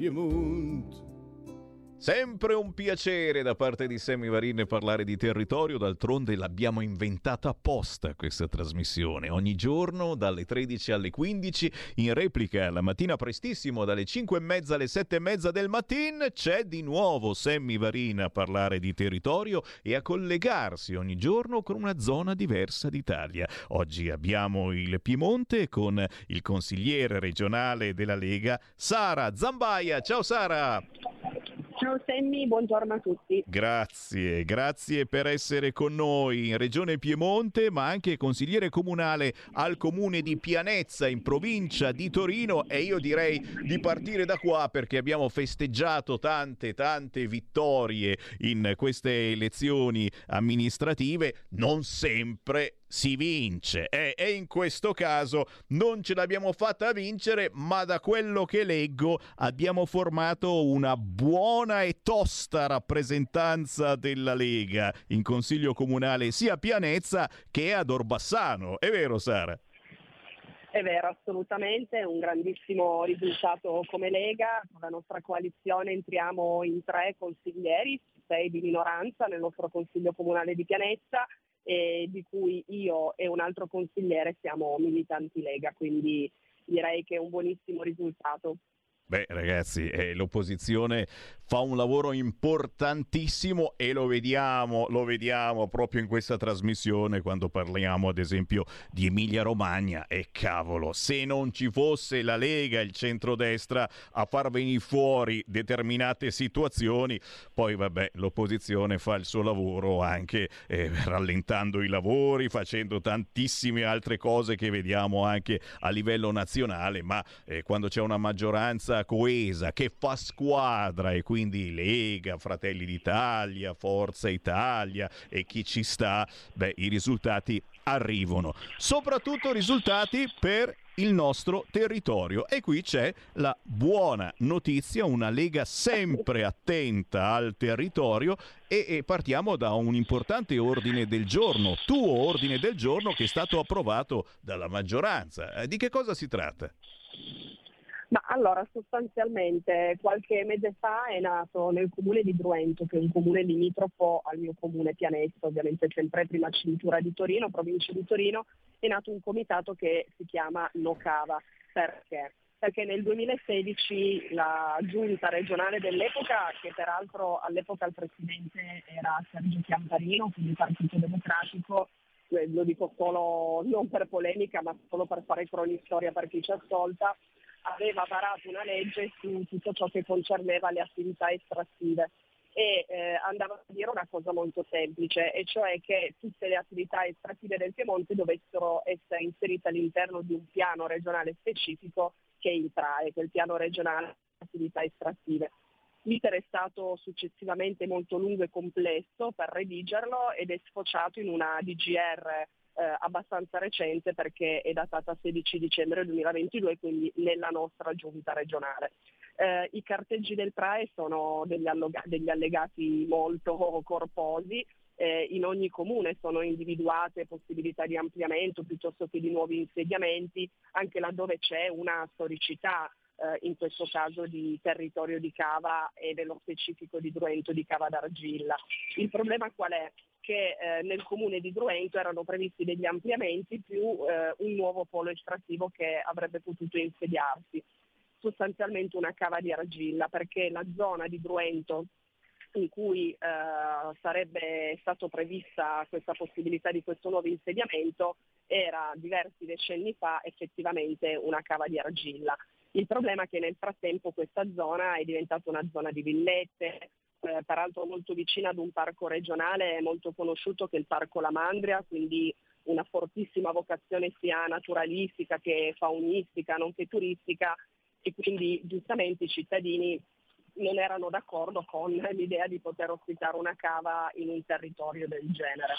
Sempre un piacere da parte di Sammy Varin parlare di territorio, d'altronde l'abbiamo inventata apposta questa trasmissione. Ogni giorno dalle tredici alle quindici, in replica la mattina prestissimo dalle cinque e mezza alle sette e mezza del mattino, c'è di nuovo Sammy Varin a parlare di territorio e a collegarsi ogni giorno con una zona diversa d'Italia. Oggi abbiamo il Piemonte con il consigliere regionale della Lega, Sara Zambaia. Ciao Sara! Ciao Sammy, buongiorno a tutti. Grazie, grazie per essere con noi in Regione Piemonte, ma anche consigliere comunale al comune di Pianezza in provincia di Torino, e io direi di partire da qua perché abbiamo festeggiato tante tante vittorie in queste elezioni amministrative, non sempre si vince e, e in questo caso non ce l'abbiamo fatta vincere, ma da quello che leggo abbiamo formato una buona e tosta rappresentanza della Lega in consiglio comunale sia a Pianezza che ad Orbassano. È vero, Sara? È vero, assolutamente, un grandissimo risultato come Lega. Con la nostra coalizione entriamo in tre consiglieri, sei di minoranza nel nostro consiglio comunale di Pianezza, e di cui io e un altro consigliere siamo militanti Lega, quindi direi che è un buonissimo risultato. Beh ragazzi, eh, l'opposizione fa un lavoro importantissimo e lo vediamo, lo vediamo proprio in questa trasmissione quando parliamo ad esempio di Emilia Romagna e cavolo, se non ci fosse la Lega e il centrodestra a far venire fuori determinate situazioni, poi vabbè l'opposizione fa il suo lavoro anche eh, rallentando i lavori, facendo tantissime altre cose che vediamo anche a livello nazionale, ma eh, quando c'è una maggioranza coesa che fa squadra e quindi Lega, Fratelli d'Italia, Forza Italia e chi ci sta, beh, i risultati arrivano, soprattutto risultati per il nostro territorio. E qui c'è la buona notizia, una Lega sempre attenta al territorio e, e partiamo da un importante ordine del giorno, tuo ordine del giorno che è stato approvato dalla maggioranza. Eh, di che cosa si tratta? Ma allora, sostanzialmente qualche mese fa è nato nel comune di Druento, che è un comune limitrofo al mio comune Pianessa, ovviamente sempre prima cintura di Torino, provincia di Torino, è nato un comitato che si chiama No Cava. Perché? Perché nel duemilasedici la giunta regionale dell'epoca, che peraltro all'epoca il presidente era Sergio Chiamparino, quindi Partito Democratico, lo dico solo non per polemica ma solo per fare cronistoria per chi ci ascolta, aveva varato una legge su tutto ciò che concerneva le attività estrattive e eh, andava a dire una cosa molto semplice, e cioè che tutte le attività estrattive del Piemonte dovessero essere inserite all'interno di un piano regionale specifico che è il P R A E, che è il piano regionale attività estrattive. L'iter è stato successivamente molto lungo e complesso per redigerlo ed è sfociato in una D G R eh, abbastanza recente, perché è datata sedici dicembre duemilaventidue, quindi nella nostra giunta regionale. Eh, I carteggi del P R A E sono degli, alloga- degli allegati molto corposi. Eh, in ogni comune sono individuate possibilità di ampliamento piuttosto che di nuovi insediamenti, anche laddove c'è una storicità, eh, in questo caso di territorio di Cava e nello specifico di Druento di Cava d'Argilla. Il problema qual è? Che eh, nel comune di Druento erano previsti degli ampliamenti più eh, un nuovo polo estrattivo che avrebbe potuto insediarsi, sostanzialmente una cava di argilla, perché la zona di Druento in cui eh, sarebbe stato prevista questa possibilità di questo nuovo insediamento era diversi decenni fa effettivamente una cava di argilla. Il problema è che nel frattempo questa zona è diventata una zona di villette, eh, peraltro molto vicina ad un parco regionale molto conosciuto che è il Parco La Mandria, quindi una fortissima vocazione sia naturalistica che faunistica, nonché turistica, e quindi giustamente i cittadini non erano d'accordo con l'idea di poter ospitare una cava in un territorio del genere.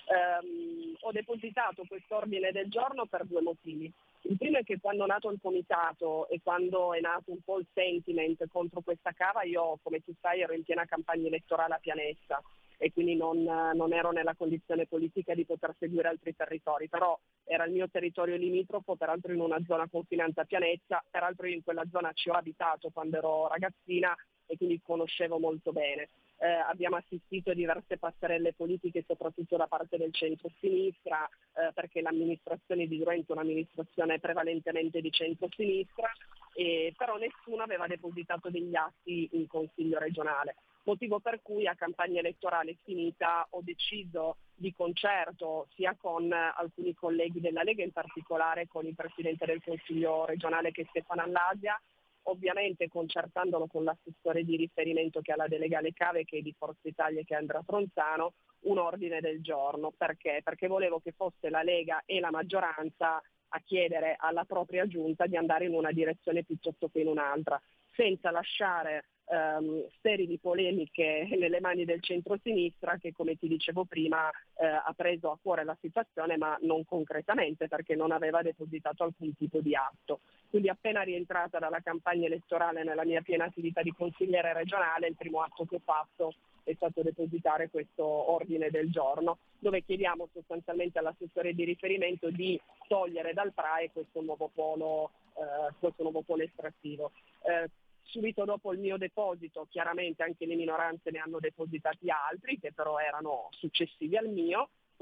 Um, ho depositato quest'ordine del giorno per due motivi. Il primo è che quando è nato il comitato e quando è nato un po' il sentiment contro questa cava, io, come tu sai, ero in piena campagna elettorale a Pianessa e quindi non, non ero nella condizione politica di poter seguire altri territori, però era il mio territorio limitrofo, peraltro in una zona confinante a Pianessa, peraltro io in quella zona ci ho abitato quando ero ragazzina e quindi conoscevo molto bene. Eh, abbiamo assistito a diverse passerelle politiche, soprattutto da parte del centro-sinistra, eh, perché l'amministrazione di Druento è un'amministrazione prevalentemente di centro-sinistra, e, però nessuno aveva depositato degli atti in Consiglio regionale. Motivo per cui a campagna elettorale finita ho deciso di concerto sia con alcuni colleghi della Lega, in particolare con il Presidente del Consiglio regionale che è Stefano Allasia, ovviamente concertandolo con l'assessore di riferimento che ha la delega alle cave, che è di Forza Italia, che è Andrea Tronzano, un ordine del giorno. Perché? Perché volevo che fosse la Lega e la maggioranza a chiedere alla propria giunta di andare in una direzione piuttosto che in un'altra, senza lasciare Um, sterili polemiche nelle mani del centro-sinistra che, come ti dicevo prima, eh, ha preso a cuore la situazione ma non concretamente, perché non aveva depositato alcun tipo di atto. Quindi appena rientrata dalla campagna elettorale nella mia piena attività di consigliere regionale, il primo atto che ho fatto è stato depositare questo ordine del giorno, dove chiediamo sostanzialmente all'assessore di riferimento di togliere dal P R A E questo nuovo polo, eh, questo nuovo polo estrattivo. Eh, Subito dopo il mio deposito, chiaramente anche le minoranze ne hanno depositati altri che però erano successivi al mio.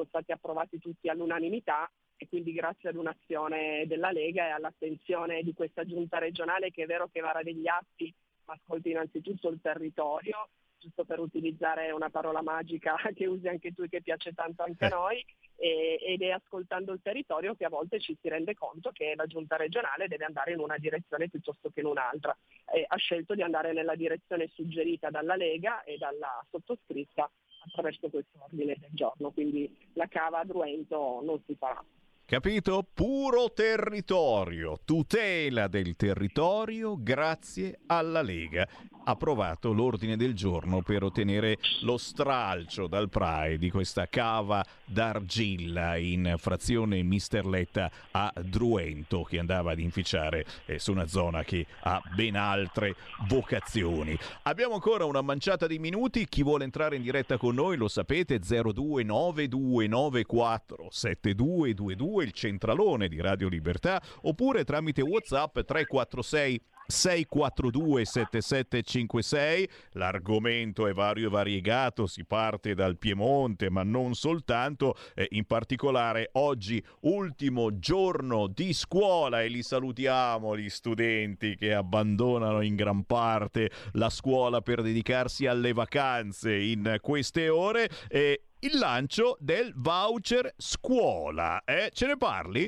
sono stati approvati tutti all'unanimità, e quindi grazie ad un'azione della Lega e all'attenzione di questa giunta regionale, che è vero che vara degli atti, ma ascolta innanzitutto il territorio, giusto per utilizzare una parola magica che usi anche tu e che piace tanto anche a noi, e, ed è ascoltando il territorio che a volte ci si rende conto che la giunta regionale deve andare in una direzione piuttosto che in un'altra. E ha scelto di andare nella direzione suggerita dalla Lega e dalla sottoscritta attraverso questo ordine del giorno, quindi la cava a Druento non si farà. Capito? Puro territorio, tutela del territorio grazie alla Lega. Approvato l'ordine del giorno per ottenere lo stralcio dal P R A E di questa cava d'argilla in frazione Misterletta a Druento, che andava ad inficiare eh, su una zona che ha ben altre vocazioni. Abbiamo ancora una manciata di minuti. Chi vuole entrare in diretta con noi, lo sapete, zero due nove due nove quattro sette due due due, il centralone di Radio Libertà, oppure tramite WhatsApp tre quattro sei sei quattro due sette sette cinque sei. L'argomento è vario e variegato, si parte dal Piemonte, ma non soltanto, eh, in particolare oggi ultimo giorno di scuola e li salutiamo gli studenti che abbandonano in gran parte la scuola per dedicarsi alle vacanze in queste ore, e il lancio del voucher scuola, eh? Ce ne parli?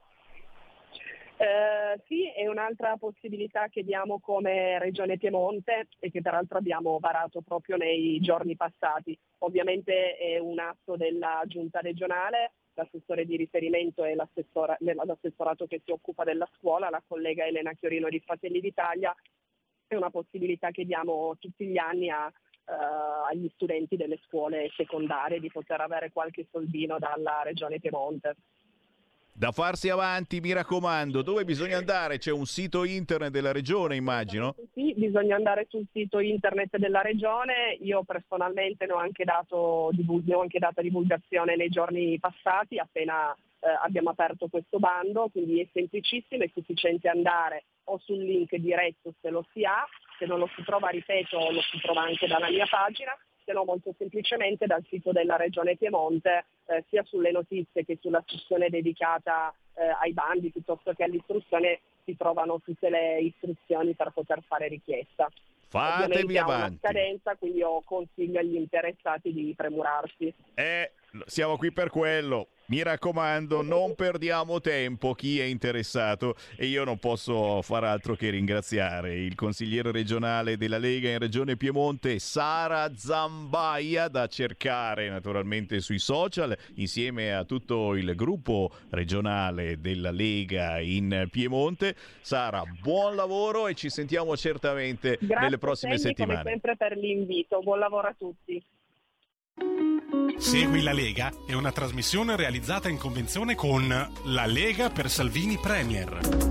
Eh, sì, è un'altra possibilità che diamo come Regione Piemonte e che peraltro abbiamo varato proprio nei giorni passati. Ovviamente è un atto della Giunta regionale, l'assessore di riferimento è l'assessora, l'assessorato che si occupa della scuola, la collega Elena Chiorino di Fratelli d'Italia. È una possibilità che diamo tutti gli anni a, uh, agli studenti delle scuole secondarie di poter avere qualche soldino dalla Regione Piemonte. Da farsi avanti, mi raccomando. Dove bisogna andare? C'è un sito internet della regione, immagino? Sì, bisogna andare sul sito internet della regione. Io personalmente ne ho anche dato ne ho anche data divulgazione nei giorni passati, appena eh, abbiamo aperto questo bando, quindi è semplicissimo, è sufficiente andare o sul link diretto se lo si ha, se non lo si trova, ripeto, lo si trova anche dalla mia pagina, se no molto semplicemente dal sito della Regione Piemonte, eh, sia sulle notizie che sulla sezione dedicata eh, ai bandi piuttosto che all'istruzione si trovano tutte le istruzioni per poter fare richiesta. Fatevi Ovviamente avanti. ha una scadenza, quindi io consiglio agli interessati di premurarsi. Eh, siamo qui per quello. Mi raccomando, non perdiamo tempo, chi è interessato, e io non posso far altro che ringraziare il consigliere regionale della Lega in Regione Piemonte, Sara Zambaia, da cercare naturalmente sui social, insieme a tutto il gruppo regionale della Lega in Piemonte. Sara, buon lavoro e ci sentiamo certamente Grazie, nelle prossime Sandy, settimane. Come sempre per l'invito, buon lavoro a tutti. Segui la Lega è una trasmissione realizzata in convenzione con La Lega per Salvini Premier.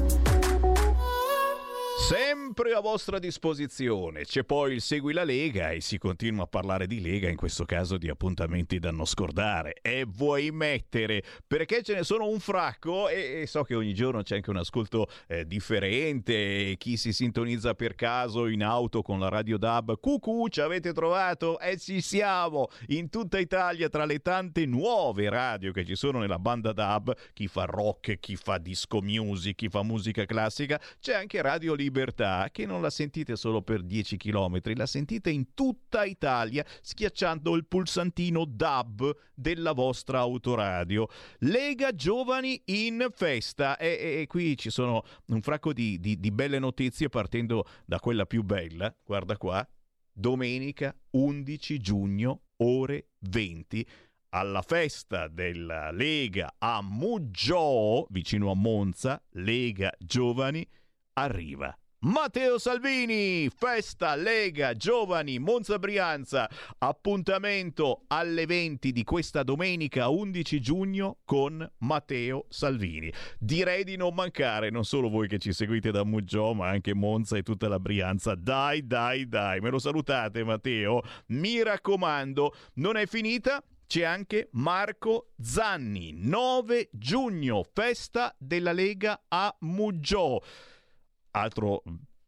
Sempre a vostra disposizione. C'è poi il Segui la Lega e si continua a parlare di Lega, in questo caso di appuntamenti da non scordare. E vuoi mettere, perché ce ne sono un fracco e, e so che ogni giorno c'è anche un ascolto eh, differente. Chi si sintonizza per caso in auto con la radio D A B, cucù, ci avete trovato? E ci siamo in tutta Italia, tra le tante nuove radio che ci sono nella banda D A B. Chi fa rock, chi fa disco music, chi fa musica classica. C'è anche Radio Libertà, che non la sentite solo per dieci chilometri, la sentite in tutta Italia schiacciando il pulsantino D A B della vostra autoradio. Lega Giovani in festa, e, e, e qui ci sono un fracco di, di, di belle notizie, partendo da quella più bella. Guarda qua, domenica undici giugno, ore venti, alla festa della Lega a Muggiò, vicino a Monza, Lega Giovani, arriva Matteo Salvini. Festa Lega Giovani Monza Brianza, appuntamento alle venti di questa domenica undici giugno con Matteo Salvini. Direi di non mancare, non solo voi che ci seguite da Muggiò, ma anche Monza e tutta la Brianza. Dai dai dai, me lo salutate Matteo? Mi raccomando, non è finita. C'è anche Marco Zanni, nove giugno, festa della Lega a Muggiò. Altro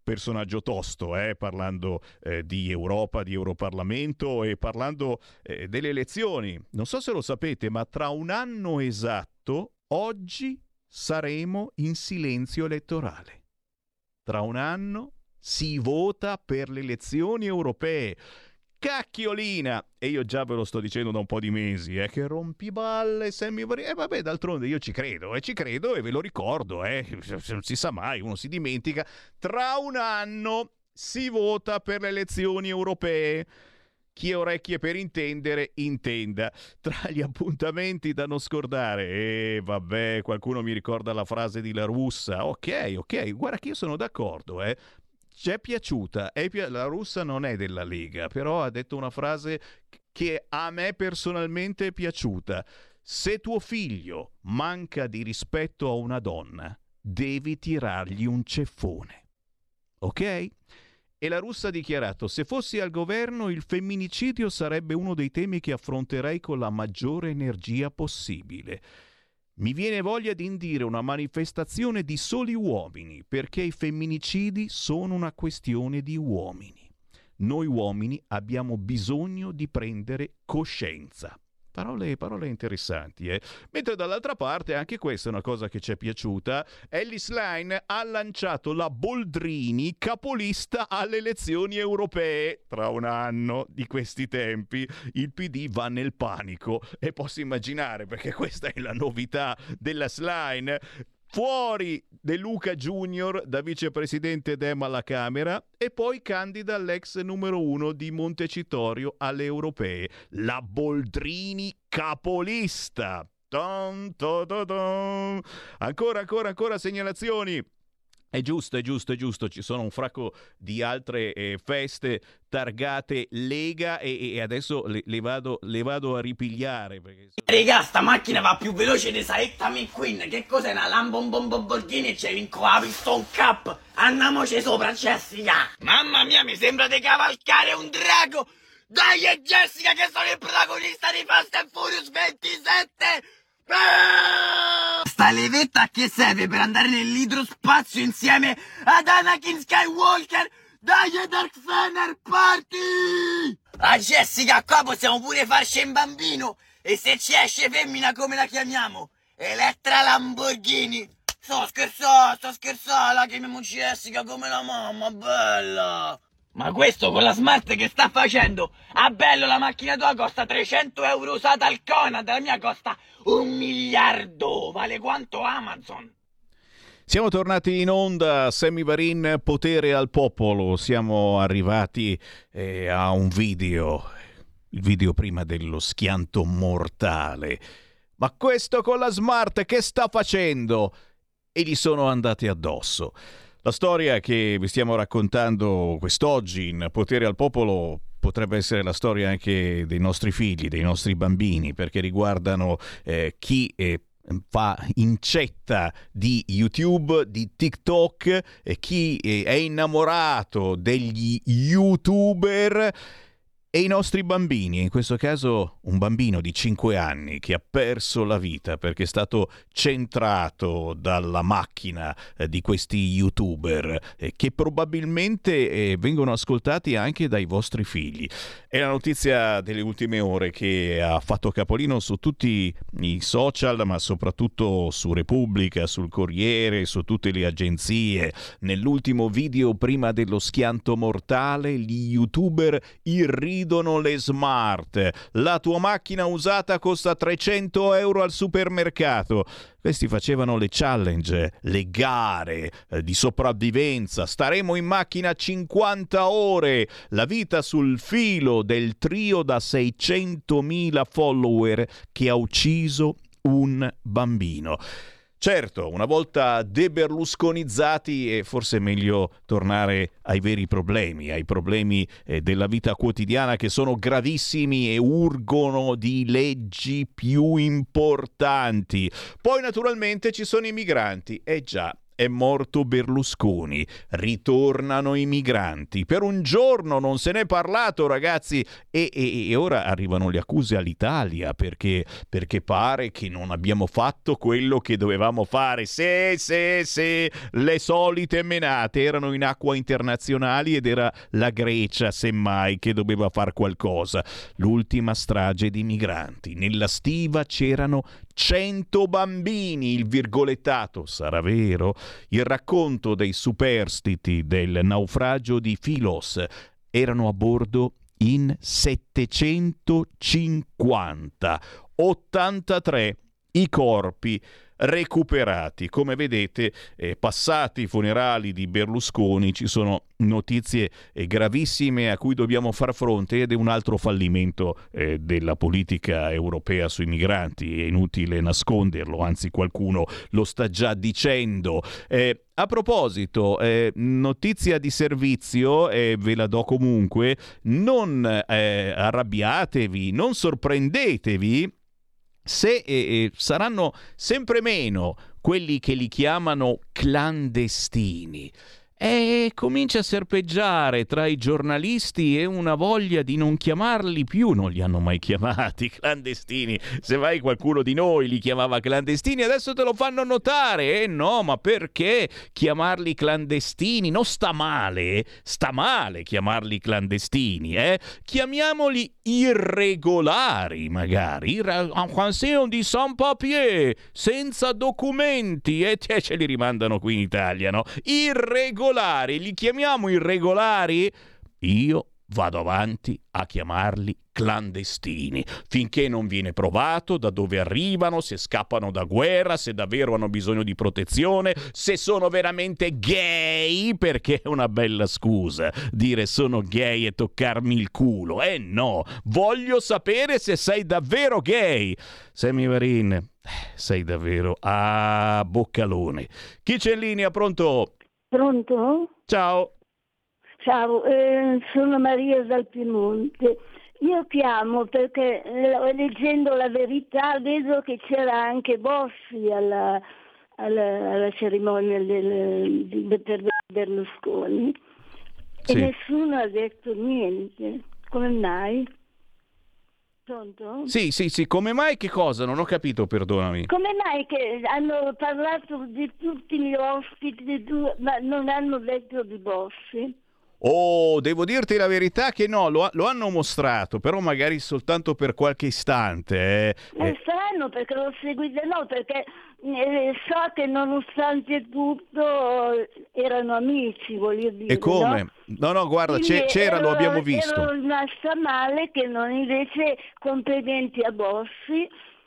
personaggio tosto, eh, parlando eh, di Europa, di Europarlamento e parlando eh, delle elezioni. Non so se lo sapete, ma tra un anno esatto, oggi saremo in silenzio elettorale. Tra un anno si vota per le elezioni europee. Cacchiolina! E io già ve lo sto dicendo da un po' di mesi, eh, che rompiballe, Sammy Varin. E vabbè, d'altronde io ci credo, e eh, ci credo e ve lo ricordo, eh. Non si sa mai, uno si dimentica. Tra un anno si vota per le elezioni europee. Chi ha orecchie per intendere, intenda. Tra gli appuntamenti da non scordare, e eh, vabbè, qualcuno mi ricorda la frase di La Russa. Ok, ok, guarda che io sono d'accordo, eh. Ci è piaciuta, è pi- la Russa non è della Lega, però ha detto una frase che a me personalmente è piaciuta. Se tuo figlio manca di rispetto a una donna, devi tirargli un ceffone. Ok? E la Russa ha dichiarato: se fossi al governo il femminicidio sarebbe uno dei temi che affronterei con la maggiore energia possibile. Mi viene voglia di indire una manifestazione di soli uomini, perché i femminicidi sono una questione di uomini. Noi uomini abbiamo bisogno di prendere coscienza. Parole, parole interessanti, eh? Mentre dall'altra parte, anche questa è una cosa che ci è piaciuta, Ellis Line ha lanciato la Boldrini capolista alle elezioni europee. Tra un anno di questi tempi il P D va nel panico, e posso immaginare, perché questa è la novità della Line. Fuori De Luca Junior da vicepresidente Dem alla Camera, e poi candida l'ex numero uno di Montecitorio alle europee, la Boldrini capolista. Dun, dun, dun, dun. Ancora, ancora, ancora segnalazioni. È giusto, è giusto, è giusto, ci sono un fracco di altre eh, feste targate Lega e, e adesso le, le, vado, le vado a ripigliare. Perché... Raga, sta macchina va più veloce di Saetta McQueen. Che cos'è, una Lamborghini e c'è vinco la Piston Cup? Andiamoci sopra, Jessica. Mamma mia, mi sembra di cavalcare un drago. Dai, Jessica, che sono il protagonista di Fast and Furious ventisette. Sta levetta a che serve? Per andare nell'idrospazio insieme ad Anakin Skywalker? Dai, Dark Fener Party! Ah, Jessica, qua possiamo pure farci un bambino. E se ci esce femmina, come la chiamiamo? Elettra Lamborghini. Sto scherzando, sto scherzando, la chiamiamo Jessica come la mamma, bella. Ma questo con la smart che sta facendo? Ah, bello, la macchina tua costa trecento euro usata al Conad, la mia costa un miliardo, vale quanto Amazon. Siamo tornati in onda, Sammy Varin, Potere al Popolo. Siamo arrivati eh, a un video, il video prima dello schianto mortale. Ma questo con la smart che sta facendo? E gli sono andati addosso. La storia che vi stiamo raccontando quest'oggi in Potere al Popolo potrebbe essere la storia anche dei nostri figli, dei nostri bambini, perché riguardano eh, chi eh, fa incetta di YouTube, di TikTok, e chi eh, è innamorato degli YouTuber e i nostri bambini, in questo caso un bambino di cinque anni che ha perso la vita perché è stato centrato dalla macchina eh, di questi YouTuber eh, che probabilmente eh, vengono ascoltati anche dai vostri figli. È la notizia delle ultime ore che ha fatto capolino su tutti i social, ma soprattutto su Repubblica, sul Corriere, su tutte le agenzie. Nell'ultimo video prima dello schianto mortale, gli YouTuber irridono le smart. La tua macchina usata costa trecento euro al supermercato. Questi facevano le challenge, le gare eh, di sopravvivenza. Staremo in macchina cinquanta ore. La vita sul filo del trio da seicentomila follower che ha ucciso un bambino. Certo, una volta deberlusconizzati è forse meglio tornare ai veri problemi, ai problemi eh, della vita quotidiana, che sono gravissimi e urgono di leggi più importanti. Poi naturalmente ci sono i migranti, eh già. è morto Berlusconi, ritornano i migranti. Per un giorno non se n'è parlato, ragazzi, e, e, e ora arrivano le accuse all'Italia perché, perché pare che non abbiamo fatto quello che dovevamo fare. Sì, sì, sì, le solite menate, erano in acqua internazionali ed era la Grecia, semmai, che doveva far qualcosa. L'ultima strage di migranti. Nella stiva c'erano cento bambini, il virgolettato sarà vero? Il racconto dei superstiti del naufragio di Filos: erano a bordo in settecentocinquanta, ottantatré i corpi recuperati. Come vedete, eh, passati i funerali di Berlusconi, ci sono notizie eh, gravissime a cui dobbiamo far fronte, ed è un altro fallimento eh, della politica europea sui migranti. È inutile nasconderlo, anzi qualcuno lo sta già dicendo. Eh, a proposito, eh, notizia di servizio, eh, ve la do comunque, non eh, arrabbiatevi, non sorprendetevi se eh, saranno sempre meno quelli che li chiamano clandestini. E comincia a serpeggiare tra i giornalisti e una voglia di non chiamarli più. Non li hanno mai chiamati clandestini. Se vai, qualcuno di noi li chiamava clandestini, adesso te lo fanno notare. Eh no, ma perché chiamarli clandestini? Non sta male, sta male chiamarli clandestini, eh? Chiamiamoli irregolari, magari. En français on dit sans papier, senza documenti, e eh, ce li rimandano qui in Italia, no? Irregolari. Li chiamiamo irregolari? Io vado avanti a chiamarli clandestini finché non viene provato da dove arrivano, se scappano da guerra, se davvero hanno bisogno di protezione, se sono veramente gay, perché è una bella scusa dire sono gay e toccarmi il culo. Eh no, voglio sapere se sei davvero gay. Sammy Varin, sei davvero a boccalone. Chi c'è in linea? Pronto? Pronto? Ciao. Ciao, eh, sono Maria dal Piemonte. Io chiamo perché eh, leggendo La Verità vedo che c'era anche Bossi alla, alla, alla cerimonia del, di, per Berlusconi, sì. E nessuno ha detto niente. Come mai? Pronto? Sì, sì, sì, come mai che cosa? Non ho capito, perdonami. Come mai che hanno parlato di tutti gli ospiti, ma non hanno detto di Bossi? Oh, devo dirti la verità che no, lo, lo hanno mostrato, però magari soltanto per qualche istante. Eh. È strano perché lo seguite, no, perché eh, so che nonostante tutto erano amici, voglio dire. E come? No, no, no guarda, c'è, c'era, ero, lo abbiamo visto. Ero rimasta male che non invece complimenti a Bossi.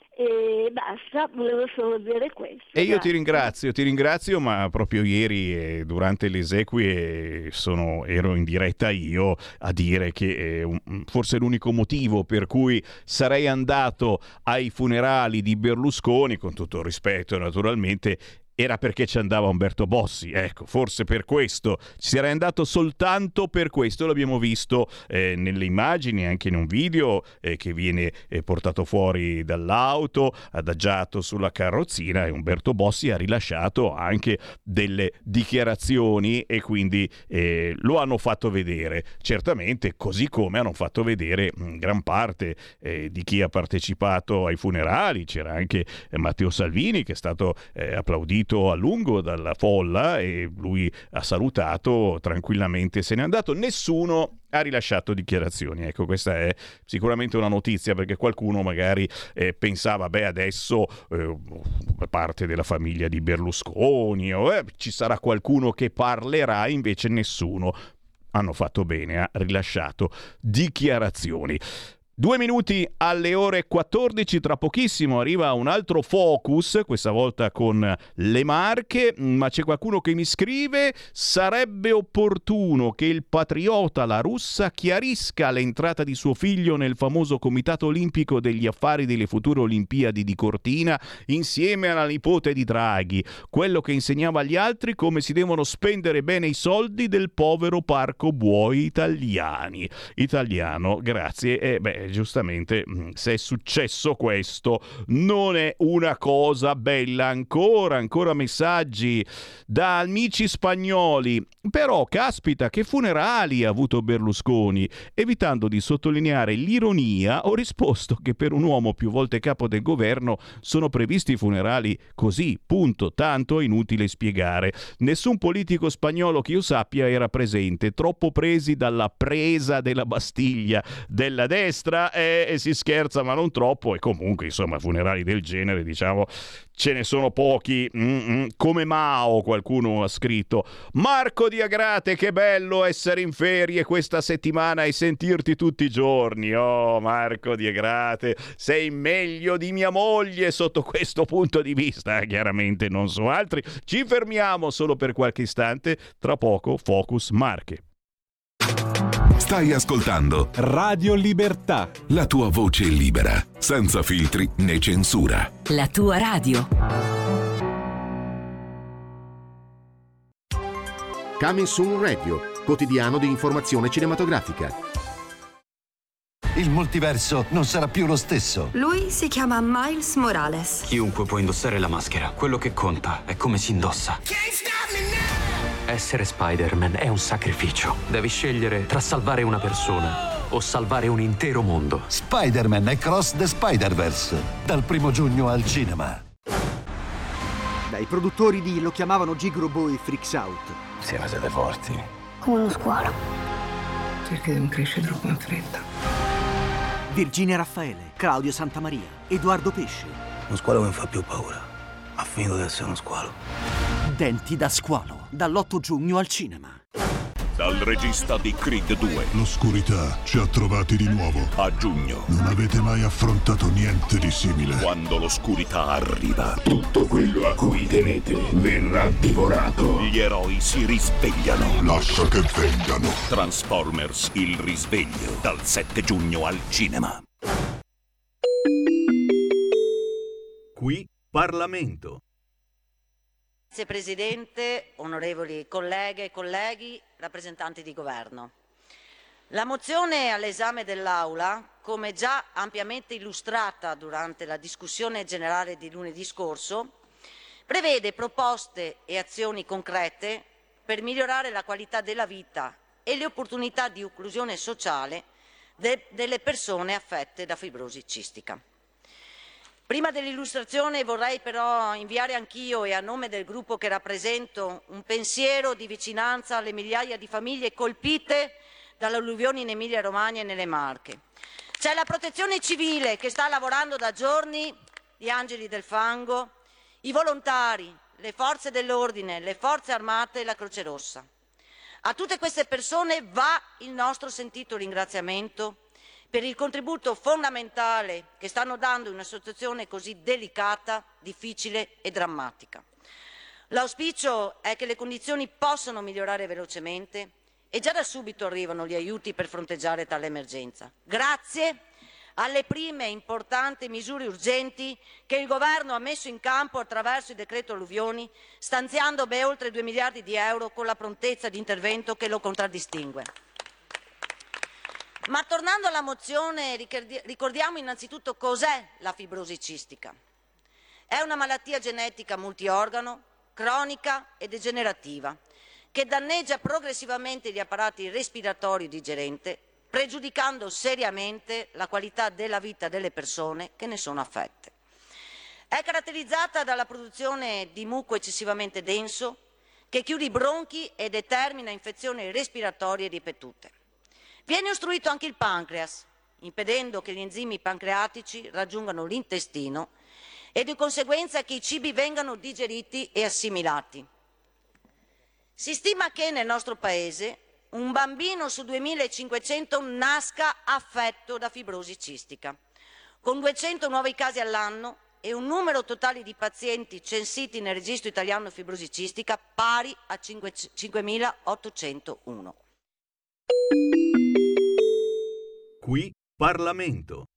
E basta, volevo solo dire questo. E io ti ringrazio, ti ringrazio, ma proprio ieri eh, durante le esequie sono, ero in diretta io a dire che eh, forse l'unico motivo per cui sarei andato ai funerali di Berlusconi, con tutto il rispetto naturalmente, era perché ci andava Umberto Bossi. Ecco, forse per questo ci sarei andato, soltanto per questo. L'abbiamo visto eh, nelle immagini, anche in un video eh, che viene eh, portato fuori dall'auto, adagiato sulla carrozzina, e Umberto Bossi ha rilasciato anche delle dichiarazioni e quindi eh, lo hanno fatto vedere. Certamente, così come hanno fatto vedere mh, gran parte eh, di chi ha partecipato ai funerali. C'era anche eh, Matteo Salvini, che è stato eh, applaudito a lungo dalla folla, e lui ha salutato tranquillamente, se n'è andato. Nessuno ha rilasciato dichiarazioni. Ecco, questa è sicuramente una notizia, perché qualcuno magari eh, pensava, beh, adesso eh, parte della famiglia di Berlusconi o eh, ci sarà qualcuno che parlerà, invece nessuno. Hanno fatto bene, ha rilasciato dichiarazioni. Due minuti alle ore quattordici, tra pochissimo arriva un altro focus, questa volta con le Marche, ma c'è qualcuno che mi scrive: sarebbe opportuno che il patriota La Russa chiarisca l'entrata di suo figlio nel famoso Comitato Olimpico degli Affari delle future Olimpiadi di Cortina, insieme alla nipote di Draghi, quello che insegnava agli altri come si devono spendere bene i soldi del povero parco buoi italiani. Italiano, grazie. Eh, beh, eh, giustamente se è successo questo non è una cosa bella. Ancora, ancora messaggi da amici spagnoli. Però caspita che funerali ha avuto Berlusconi. Evitando di sottolineare l'ironia, ho risposto che per un uomo più volte capo del governo sono previsti funerali così, punto. Tanto è inutile spiegare. Nessun politico spagnolo che io sappia era presente, troppo presi dalla presa della Bastiglia della destra e, e si scherza ma non troppo, e comunque insomma funerali del genere diciamo ce ne sono pochi. Mm-mm. Come Mao qualcuno ha scritto. Marco di Agrate, che bello essere in ferie questa settimana e sentirti tutti i giorni. Oh Marco di Agrate, sei meglio di mia moglie sotto questo punto di vista, chiaramente non so altri. Ci fermiamo solo per qualche istante, tra poco Focus Marche. Stai ascoltando Radio Libertà, la tua voce libera, senza filtri né censura. La tua radio. Coming Soon Radio, quotidiano di informazione cinematografica. Il multiverso non sarà più lo stesso. Lui si chiama Miles Morales. Chiunque può indossare la maschera. Quello che conta è come si indossa. Essere Spider-Man è un sacrificio. Devi scegliere tra salvare una persona o salvare un intero mondo. Spider-Man Across the Spider-Verse, dal primo giugno al cinema. Dai produttori di Lo chiamavano Gigrobo e Freaks Out. Siamo siete forti. Come uno squalo. Perché non cresce troppo in fretta. Virginia Raffaele, Claudio Santamaria, Edoardo Pesce. Uno squalo che non fa più paura. Ha finito di essere uno squalo. Denti da squalo, dall'otto giugno al cinema. Dal regista di Creed due. L'oscurità ci ha trovati di nuovo. A giugno. Non avete mai affrontato niente di simile. Quando l'oscurità arriva, tutto quello a cui tenete verrà divorato. Gli eroi si risvegliano. Lascia che vengano. Transformers, il risveglio. Dal sette giugno al cinema. Qui Parlamento. Grazie Presidente, onorevoli colleghe e colleghi, rappresentanti di Governo. La mozione all'esame dell'Aula, come già ampiamente illustrata durante la discussione generale di lunedì scorso, prevede proposte e azioni concrete per migliorare la qualità della vita e le opportunità di inclusione sociale de- delle persone affette da fibrosi cistica. Prima dell'illustrazione vorrei però inviare anch'io e a nome del gruppo che rappresento un pensiero di vicinanza alle migliaia di famiglie colpite dalle alluvioni in Emilia-Romagna e nelle Marche. C'è la Protezione Civile che sta lavorando da giorni, gli Angeli del Fango, i volontari, le forze dell'ordine, le forze armate e la Croce Rossa. A tutte queste persone va il nostro sentito ringraziamento per il contributo fondamentale che stanno dando in una situazione così delicata, difficile e drammatica. L'auspicio è che le condizioni possano migliorare velocemente e già da subito arrivano gli aiuti per fronteggiare tale emergenza. Grazie alle prime importanti misure urgenti che il Governo ha messo in campo attraverso il decreto alluvioni, stanziando ben oltre due miliardi di euro con la prontezza di intervento che lo contraddistingue. Ma tornando alla mozione, ricordiamo innanzitutto cos'è la fibrosi cistica. È una malattia genetica multiorgano, cronica e degenerativa, che danneggia progressivamente gli apparati respiratori digerenti, pregiudicando seriamente la qualità della vita delle persone che ne sono affette. È caratterizzata dalla produzione di muco eccessivamente denso, che chiude i bronchi e determina infezioni respiratorie ripetute. Viene ostruito anche il pancreas, impedendo che gli enzimi pancreatici raggiungano l'intestino e di conseguenza che i cibi vengano digeriti e assimilati. Si stima che nel nostro Paese un bambino su duemilacinquecento nasca affetto da fibrosi cistica, con duecento nuovi casi all'anno e un numero totale di pazienti censiti nel registro italiano fibrosi cistica pari a cinquemilaottocentouno. Qui Parlamento.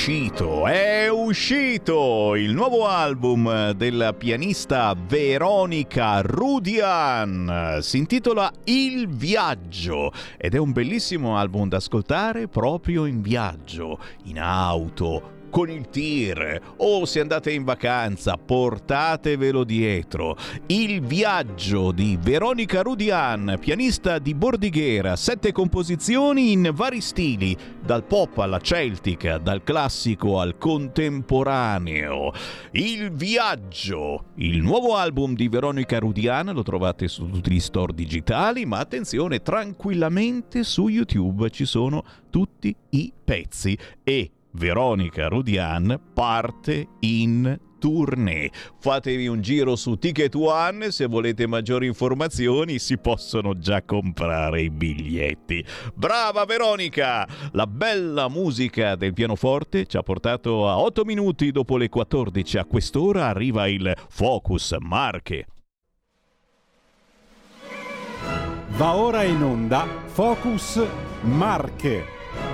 uscito, è uscito il nuovo album della pianista Veronica Rudian. Si intitola Il Viaggio ed è un bellissimo album da ascoltare proprio in viaggio, in auto, con il tir, o se andate in vacanza portatevelo dietro. Il Viaggio di Veronica Rudian, pianista di Bordighera, sette composizioni in vari stili, dal pop alla celtica, dal classico al contemporaneo. Il Viaggio, il nuovo album di Veronica Rudian, lo trovate su tutti gli store digitali, ma attenzione, tranquillamente su YouTube ci sono tutti i pezzi e Veronica Rudian parte in tournée. Fatevi un giro su Ticket One, se volete maggiori informazioni si possono già comprare i biglietti. Brava Veronica! La bella musica del pianoforte ci ha portato a otto minuti dopo le quattordici. A quest'ora arriva il Focus Marche. Va ora in onda Focus Marche.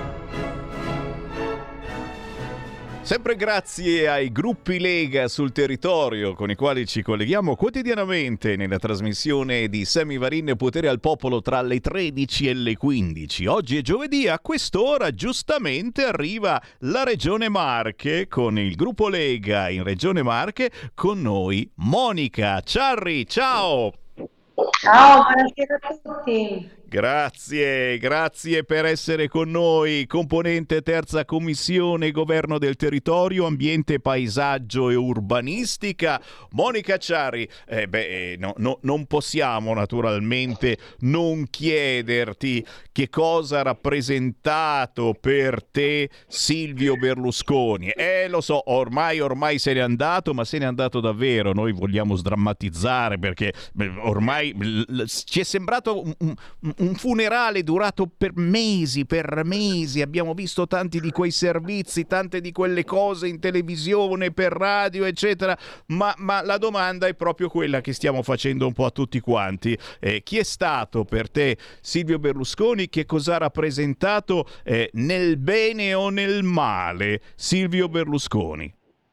Sempre grazie ai gruppi Lega sul territorio con i quali ci colleghiamo quotidianamente nella trasmissione di Sammy Varin Potere al Popolo tra le tredici e le quindici. Oggi è giovedì, a quest'ora giustamente arriva la Regione Marche con il gruppo Lega in Regione Marche, con noi Monica Ciarri. Ciao! Ciao, buonasera a tutti. Grazie, grazie per essere con noi, componente terza commissione Governo del Territorio, Ambiente, Paesaggio e Urbanistica. Monica Ciarri, eh beh, no, no, non possiamo naturalmente non chiederti che cosa ha rappresentato per te Silvio Berlusconi. Eh, lo so, ormai, ormai se n'è andato, ma se n'è andato davvero. Noi vogliamo sdrammatizzare perché ormai l- l- ci è sembrato un, un, un funerale durato per mesi, per mesi. Abbiamo visto tanti di quei servizi, tante di quelle cose in televisione, per radio, eccetera. Ma, ma la domanda è proprio quella che stiamo facendo un po' a tutti quanti. Eh, chi è stato per te Silvio Berlusconi? Che cosa ha rappresentato eh, nel bene o nel male Silvio Berlusconi?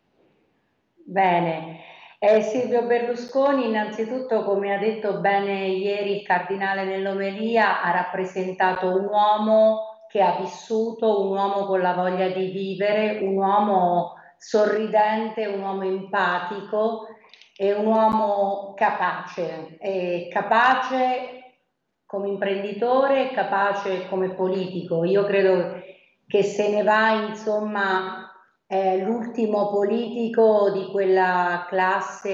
Bene. Eh, Silvio Berlusconi innanzitutto, come ha detto bene ieri il cardinale nell'omelia, ha rappresentato un uomo che ha vissuto, un uomo con la voglia di vivere, un uomo sorridente, un uomo empatico e un uomo capace, e capace come imprenditore, capace come politico. Io credo che se ne va, insomma, è l'ultimo politico di quella classe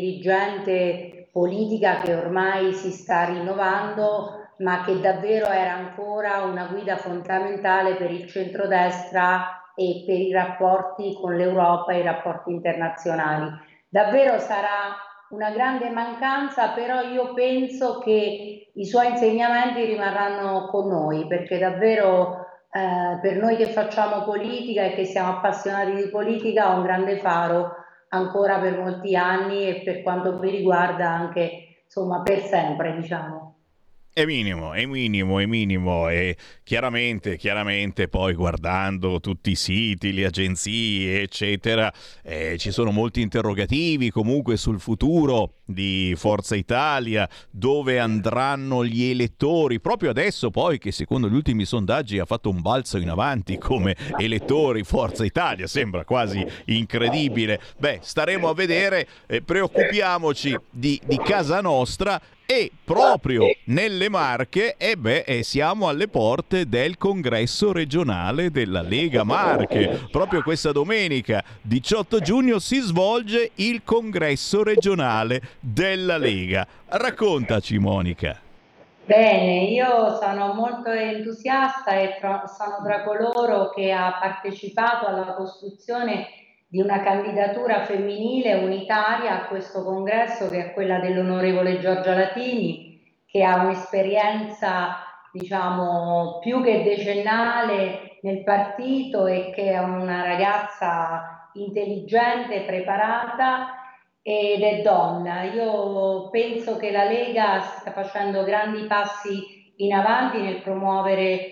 dirigente politica che ormai si sta rinnovando, ma che davvero era ancora una guida fondamentale per il centrodestra e per i rapporti con l'Europa e i rapporti internazionali. Davvero sarà una grande mancanza, però io penso che i suoi insegnamenti rimarranno con noi, perché davvero Eh, per noi che facciamo politica e che siamo appassionati di politica ha un grande faro ancora per molti anni e per quanto mi riguarda anche, insomma, per sempre, diciamo. È minimo, è minimo, è minimo e chiaramente, chiaramente poi guardando tutti i siti, le agenzie, eccetera, eh, ci sono molti interrogativi comunque sul futuro di Forza Italia, dove andranno gli elettori, proprio adesso poi che secondo gli ultimi sondaggi ha fatto un balzo in avanti come elettori Forza Italia, sembra quasi incredibile. Beh, staremo a vedere, eh, preoccupiamoci di, di casa nostra. E proprio nelle Marche, e beh, eh, siamo alle porte del congresso regionale della Lega Marche. Proprio questa domenica, diciotto giugno, si svolge il congresso regionale della Lega. Raccontaci, Monica. Bene, io sono molto entusiasta e tra, sono tra coloro che ha partecipato alla costruzione di una candidatura femminile unitaria a questo congresso, che è quella dell'onorevole Giorgia Latini, che ha un'esperienza, diciamo, più che decennale nel partito e che è una ragazza intelligente, preparata ed è donna. Io penso che la Lega sta facendo grandi passi in avanti nel promuovere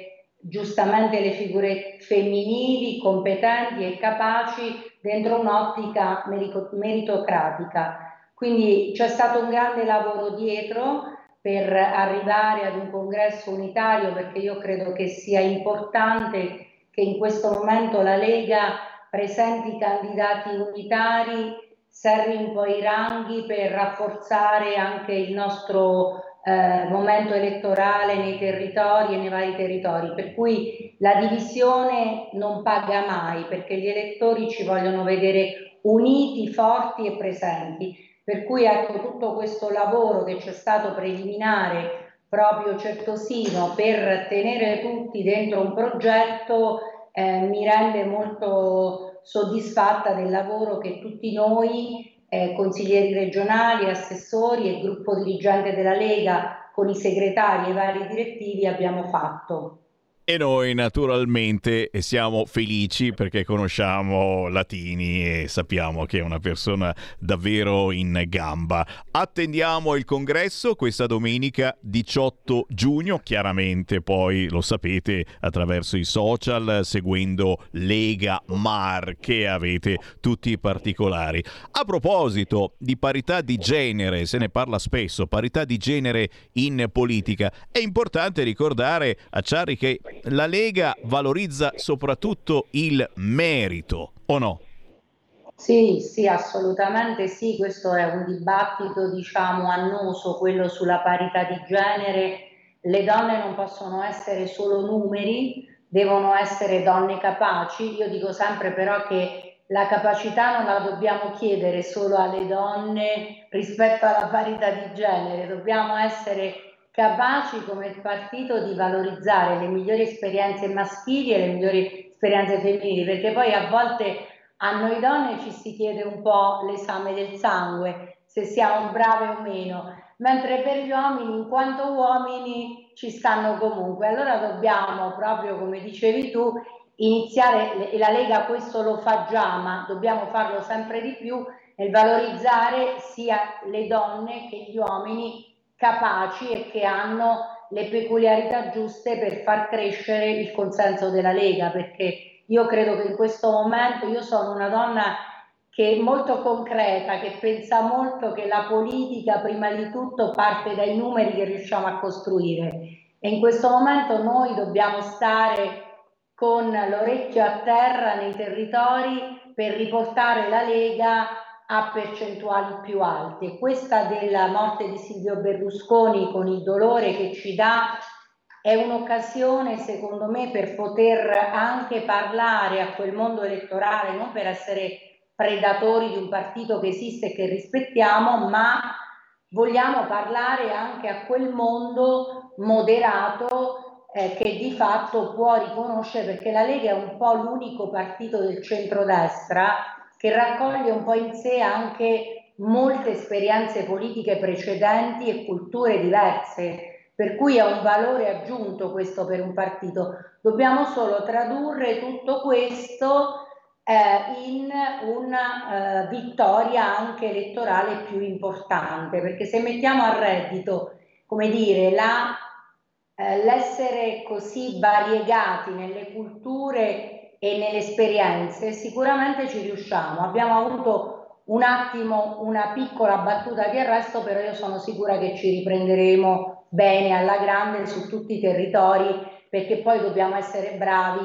giustamente le figure femminili competenti e capaci dentro un'ottica meritocratica. Quindi c'è stato un grande lavoro dietro per arrivare ad un congresso unitario, perché io credo che sia importante che in questo momento la Lega presenti candidati unitari, serri un po' i ranghi per rafforzare anche il nostro eh, momento elettorale nei territori e nei vari territori, per cui la divisione non paga mai, perché gli elettori ci vogliono vedere uniti, forti e presenti. Per cui ecco, tutto questo lavoro che c'è stato preliminare proprio certosino per tenere tutti dentro un progetto eh, mi rende molto soddisfatta del lavoro che tutti noi, eh, consiglieri regionali, assessori e gruppo dirigente della Lega con i segretari e i vari direttivi abbiamo fatto. E noi naturalmente siamo felici perché conosciamo Latini e sappiamo che è una persona davvero in gamba. Attendiamo il congresso questa domenica diciotto giugno, chiaramente poi lo sapete attraverso i social, seguendo Lega Marche, avete tutti i particolari. A proposito di parità di genere, se ne parla spesso, parità di genere in politica, è importante ricordare a Ciarri che la Lega valorizza soprattutto il merito, o no? Sì, sì, assolutamente sì, questo è un dibattito, diciamo, annoso, quello sulla parità di genere. Le donne non possono essere solo numeri, devono essere donne capaci. Io dico sempre però che la capacità non la dobbiamo chiedere solo alle donne rispetto alla parità di genere, dobbiamo essere capaci come il partito di valorizzare le migliori esperienze maschili e le migliori esperienze femminili, perché poi a volte a noi donne ci si chiede un po' l'esame del sangue, se siamo brave o meno, mentre per gli uomini, in quanto uomini, ci stanno comunque. Allora dobbiamo, proprio come dicevi tu, iniziare, e la Lega questo lo fa già, ma dobbiamo farlo sempre di più, nel valorizzare sia le donne che gli uomini capaci e che hanno le peculiarità giuste per far crescere il consenso della Lega, perché io credo che in questo momento, io sono una donna che è molto concreta, che pensa molto che la politica prima di tutto parte dai numeri che riusciamo a costruire, e in questo momento noi dobbiamo stare con l'orecchio a terra nei territori per riportare la Lega a percentuali più alte. Questa della morte di Silvio Berlusconi, con il dolore che ci dà, è un'occasione secondo me per poter anche parlare a quel mondo elettorale, non per essere predatori di un partito che esiste e che rispettiamo, ma vogliamo parlare anche a quel mondo moderato eh, che di fatto può riconoscere, perché la Lega è un po' l'unico partito del centrodestra che raccoglie un po' in sé anche molte esperienze politiche precedenti e culture diverse, per cui è un valore aggiunto questo per un partito. Dobbiamo solo tradurre tutto questo eh, in una eh, vittoria anche elettorale più importante, perché se mettiamo a reddito, come dire, la, eh, l'essere così variegati nelle culture e nelle esperienze, sicuramente ci riusciamo. Abbiamo avuto un attimo una piccola battuta di arresto, però io sono sicura che ci riprenderemo bene alla grande su tutti i territori, perché poi dobbiamo essere bravi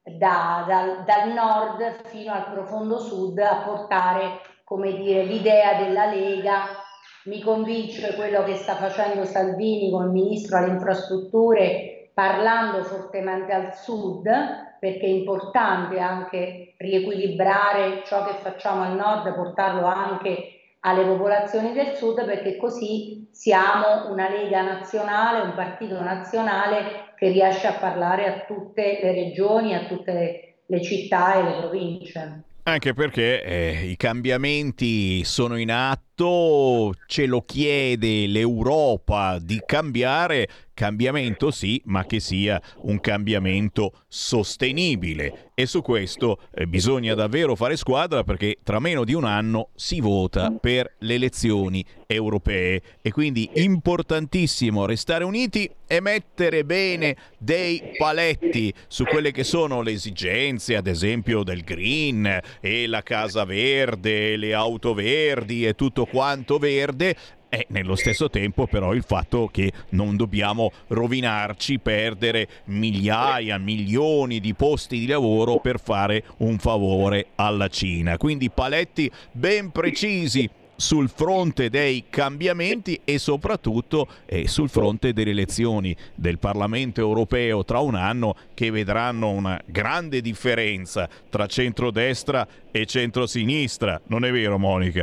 da, da, dal nord fino al profondo sud a portare, come dire, l'idea della Lega. Mi convince quello che sta facendo Salvini con il ministro alle infrastrutture, parlando fortemente al sud, perché è importante anche riequilibrare ciò che facciamo al nord, portarlo anche alle popolazioni del sud, perché così siamo una Lega nazionale, un partito nazionale che riesce a parlare a tutte le regioni, a tutte le, le città e le province. Anche perché eh, i cambiamenti sono in atto cambiamento ce lo chiede l'Europa di cambiare, cambiamento sì, ma che sia un cambiamento sostenibile. E su questo eh, bisogna davvero fare squadra, perché tra meno di un anno si vota per le elezioni europee e quindi importantissimo restare uniti e mettere bene dei paletti su quelle che sono le esigenze, ad esempio del green e la casa verde, le auto verdi e tutto quanto verde. E nello stesso tempo però il fatto che non dobbiamo rovinarci, perdere migliaia, milioni di posti di lavoro per fare un favore alla Cina. Quindi paletti ben precisi sul fronte dei cambiamenti e soprattutto eh, sul fronte delle elezioni del Parlamento europeo tra un anno, che vedranno una grande differenza tra centrodestra e centrosinistra. Non è vero, Monica?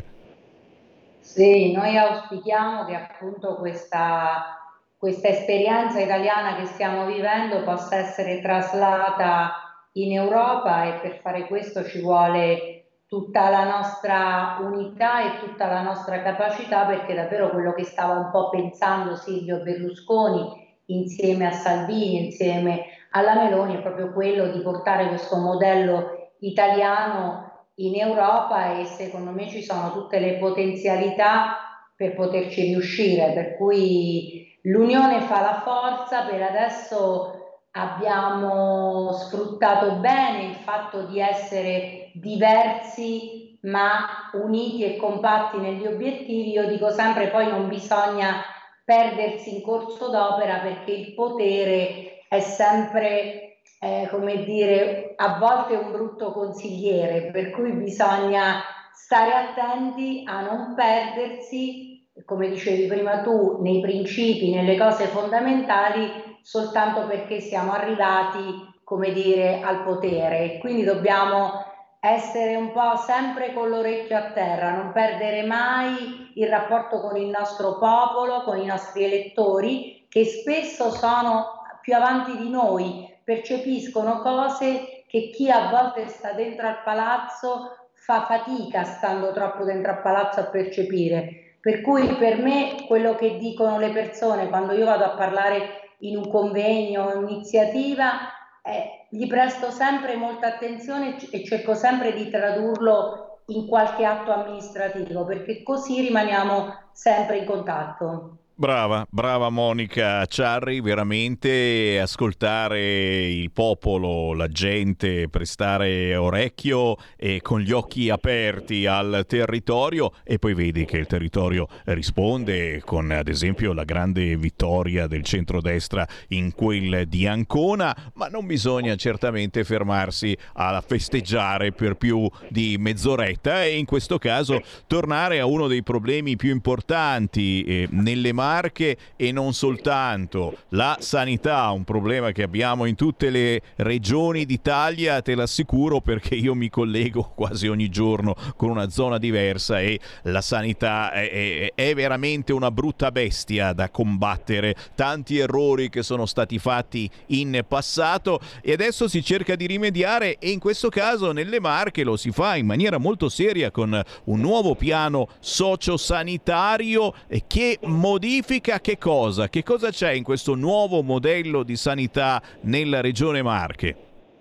Sì, noi auspichiamo che appunto questa, questa esperienza italiana che stiamo vivendo possa essere traslata in Europa, e per fare questo ci vuole tutta la nostra unità e tutta la nostra capacità, perché davvero quello che stava un po' pensando Silvio Berlusconi insieme a Salvini, insieme alla Meloni, è proprio quello di portare questo modello italiano in Europa, e secondo me ci sono tutte le potenzialità per poterci riuscire, per cui l'unione fa la forza. Per adesso abbiamo sfruttato bene il fatto di essere diversi ma uniti e compatti negli obiettivi. Io dico sempre, poi non bisogna perdersi in corso d'opera, perché il potere è sempre Eh, come dire, a volte un brutto consigliere, per cui bisogna stare attenti a non perdersi, come dicevi prima tu, nei principi, nelle cose fondamentali, soltanto perché siamo arrivati, come dire, al potere. Quindi dobbiamo essere un po' sempre con l'orecchio a terra, non perdere mai il rapporto con il nostro popolo, con i nostri elettori, che spesso sono più avanti di noi, percepiscono cose che chi a volte sta dentro al palazzo fa fatica, stando troppo dentro al palazzo, a percepire. Per cui per me quello che dicono le persone quando io vado a parlare in un convegno, un'iniziativa, eh, gli presto sempre molta attenzione e cerco sempre di tradurlo in qualche atto amministrativo, perché così rimaniamo sempre in contatto. Brava, brava Monica Ciarri, veramente ascoltare il popolo, la gente, prestare orecchio e con gli occhi aperti al territorio, e poi vedi che il territorio risponde con, ad esempio, la grande vittoria del centrodestra in quel di Ancona, ma non bisogna certamente fermarsi a festeggiare per più di mezz'oretta, e in questo caso tornare a uno dei problemi più importanti eh, nelle Marche e non soltanto, la sanità, un problema che abbiamo in tutte le regioni d'Italia, te l'assicuro, perché io mi collego quasi ogni giorno con una zona diversa, e la sanità è, è, è veramente una brutta bestia da combattere. Tanti errori che sono stati fatti in passato e adesso si cerca di rimediare, e in questo caso nelle Marche lo si fa in maniera molto seria con un nuovo piano sociosanitario che modifica che cosa? Che cosa c'è in questo nuovo modello di sanità nella regione Marche?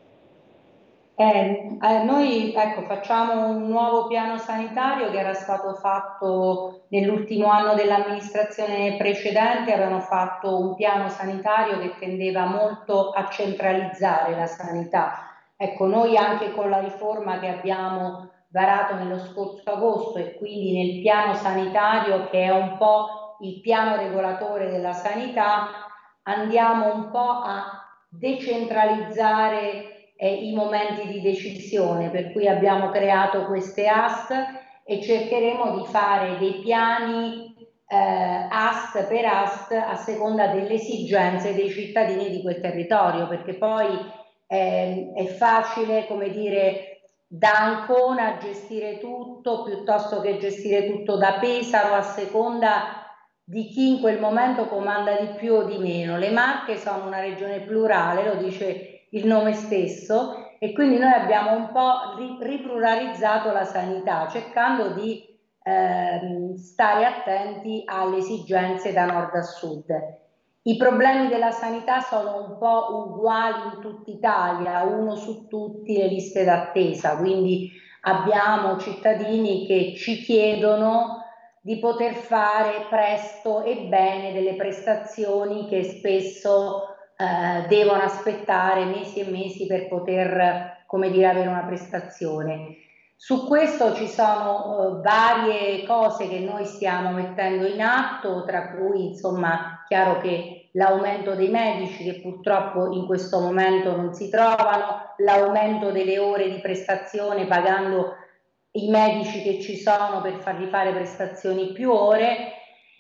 Eh, eh, noi ecco, facciamo un nuovo piano sanitario che era stato fatto nell'ultimo anno dell'amministrazione precedente. Avevano fatto un piano sanitario che tendeva molto a centralizzare la sanità. Ecco, noi anche con la riforma che abbiamo varato nello scorso agosto, e quindi nel piano sanitario, che è un po' il piano regolatore della sanità, andiamo un po' a decentralizzare eh, i momenti di decisione, per cui abbiamo creato queste A S T e cercheremo di fare dei piani eh, A S T per A S T a seconda delle esigenze dei cittadini di quel territorio, perché poi eh, è facile, come dire, da Ancona gestire tutto piuttosto che gestire tutto da Pesaro, a seconda di chi in quel momento comanda di più o di meno. Le Marche sono una regione plurale, lo dice il nome stesso, e quindi noi abbiamo un po' ripluralizzato la sanità, cercando di ehm, stare attenti alle esigenze da nord a sud. I problemi della sanità sono un po' uguali in tutta Italia, uno su tutti le liste d'attesa, quindi abbiamo cittadini che ci chiedono di poter fare presto e bene delle prestazioni che spesso eh, devono aspettare mesi e mesi per poter, come dire, avere una prestazione. Su questo ci sono eh, varie cose che noi stiamo mettendo in atto, tra cui insomma chiaro che l'aumento dei medici che purtroppo in questo momento non si trovano, l'aumento delle ore di prestazione pagando i medici che ci sono per fargli fare prestazioni più ore,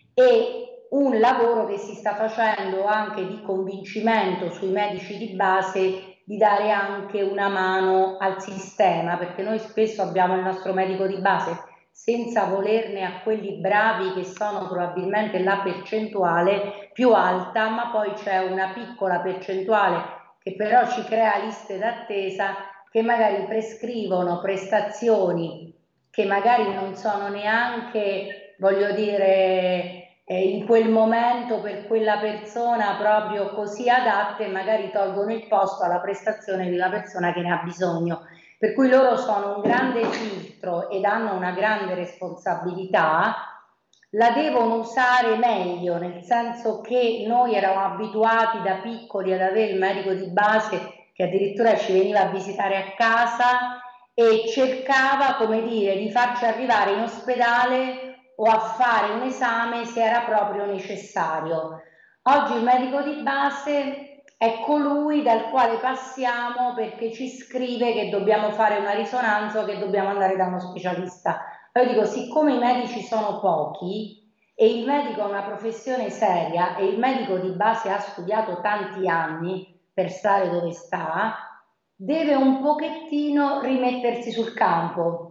e un lavoro che si sta facendo anche di convincimento sui medici di base di dare anche una mano al sistema, perché noi spesso abbiamo il nostro medico di base senza volerne a quelli bravi che sono probabilmente la percentuale più alta, ma poi c'è una piccola percentuale che però ci crea liste d'attesa, che magari prescrivono prestazioni che magari non sono neanche, voglio dire, eh, in quel momento per quella persona proprio così adatte, e magari tolgono il posto alla prestazione di una persona che ne ha bisogno. Per cui loro sono un grande filtro ed hanno una grande responsabilità, la devono usare meglio, nel senso che noi eravamo abituati da piccoli ad avere il medico di base che addirittura ci veniva a visitare a casa e cercava, come dire, di farci arrivare in ospedale o a fare un esame se era proprio necessario. Oggi il medico di base è colui dal quale passiamo perché ci scrive che dobbiamo fare una risonanza o che dobbiamo andare da uno specialista. Io dico, siccome i medici sono pochi e il medico è una professione seria e il medico di base ha studiato tanti anni per stare dove sta, deve un pochettino rimettersi sul campo.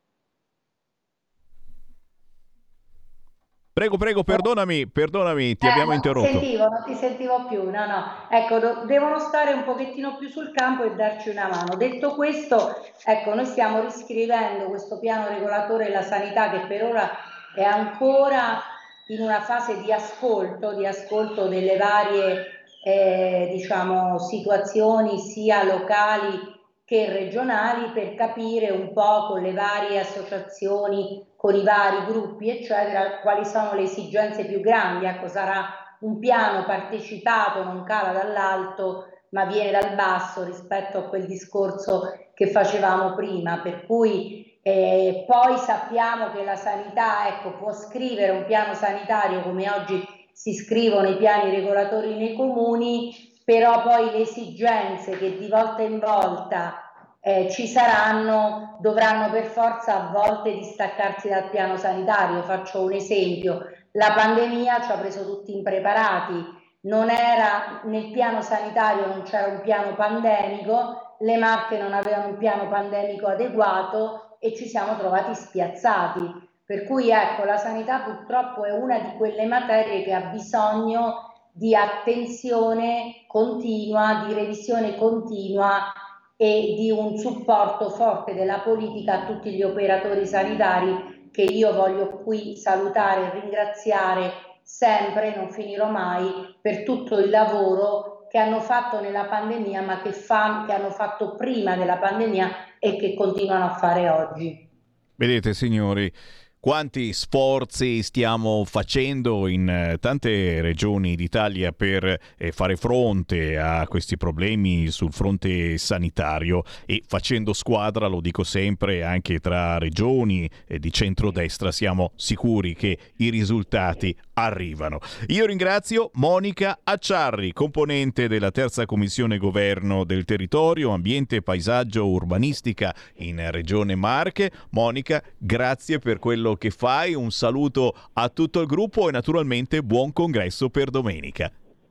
Prego, prego, perdonami, perdonami, ti eh, abbiamo non interrotto. Ti sentivo, non ti sentivo più, no, no. Ecco, do- devono stare un pochettino più sul campo e darci una mano. Detto questo, ecco, noi stiamo riscrivendo questo piano regolatore della sanità che per ora è ancora in una fase di ascolto, di ascolto delle varie eh, diciamo, situazioni sia locali che regionali, per capire un po' con le varie associazioni, con i vari gruppi, eccetera, quali sono le esigenze più grandi. Ecco, sarà un piano partecipato, non cala dall'alto, ma viene dal basso rispetto a quel discorso che facevamo prima, per cui eh, poi sappiamo che la sanità, ecco, può scrivere un piano sanitario come oggi si scrivono i piani regolatori nei comuni, però poi le esigenze che di volta in volta eh, ci saranno dovranno per forza a volte distaccarsi dal piano sanitario. Faccio un esempio: la pandemia ci ha preso tutti impreparati, non era nel piano sanitario, non c'era un piano pandemico, le Marche non avevano un piano pandemico adeguato e ci siamo trovati spiazzati. Per cui ecco, la sanità purtroppo è una di quelle materie che ha bisogno di attenzione continua, di revisione continua e di un supporto forte della politica a tutti gli operatori sanitari, che io voglio qui salutare e ringraziare sempre, non finirò mai, per tutto il lavoro che hanno fatto nella pandemia, ma che, fa, che hanno fatto prima della pandemia e che continuano a fare oggi. Vedete, signori, quanti sforzi stiamo facendo in eh, tante regioni d'Italia per eh, fare fronte a questi problemi sul fronte sanitario, e facendo squadra, lo dico sempre, anche tra regioni eh, di centrodestra, siamo sicuri che i risultati arrivano. Io ringrazio Monica Acciarri, componente della terza commissione governo del territorio, ambiente, paesaggio, urbanistica in Regione Marche. Monica, grazie per quello che fai, un saluto a tutto il gruppo e naturalmente buon congresso per domenica.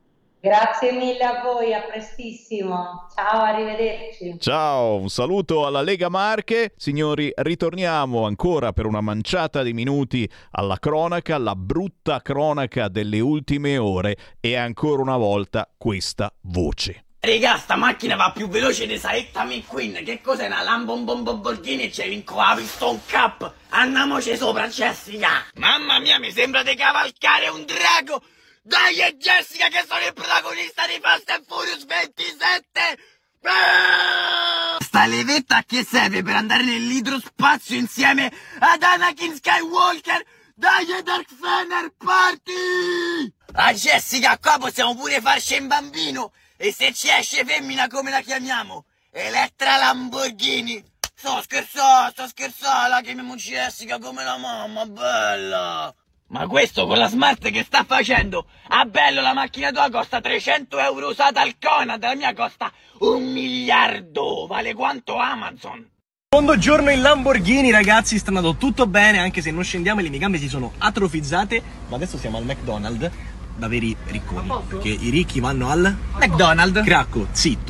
Grazie mille a voi, a prestissimo. Ciao, arrivederci. Ciao, un saluto alla Lega Marche. Signori, ritorniamo ancora per una manciata di minuti alla cronaca, la brutta cronaca delle ultime ore, e ancora una volta questa voce. Regà, sta macchina va più veloce di Saetta McQueen. Che cos'è una Lamborghini e c'è vinco la Piston Cup? Andiamoci sopra, Jessica. Mamma mia, mi sembra di cavalcare un drago. Dai, Jessica, che sono il protagonista di Fast and Furious ventisette. Ah! Sta levetta a che serve? Per andare nell'idrospazio insieme ad Anakin Skywalker? Dai, Dark Fener, party! Ah, Jessica, qua possiamo pure farci un bambino. E se ci esce femmina, come la chiamiamo? Elettra Lamborghini. Sto scherzando, sto scherzando, la chiamiamo Jessica come la mamma, bella. Ma questo con la smart che sta facendo? Ah, bello, la macchina tua costa trecento euro usata al Conad, la mia costa un miliardo, vale quanto Amazon. Secondo giorno in Lamborghini, ragazzi, sta andando tutto bene, anche se non scendiamo e le mie gambe si sono atrofizzate. Ma adesso siamo al McDonald's, da veri ricconi, perché i ricchi vanno al McDonald's. Cracco, zitto.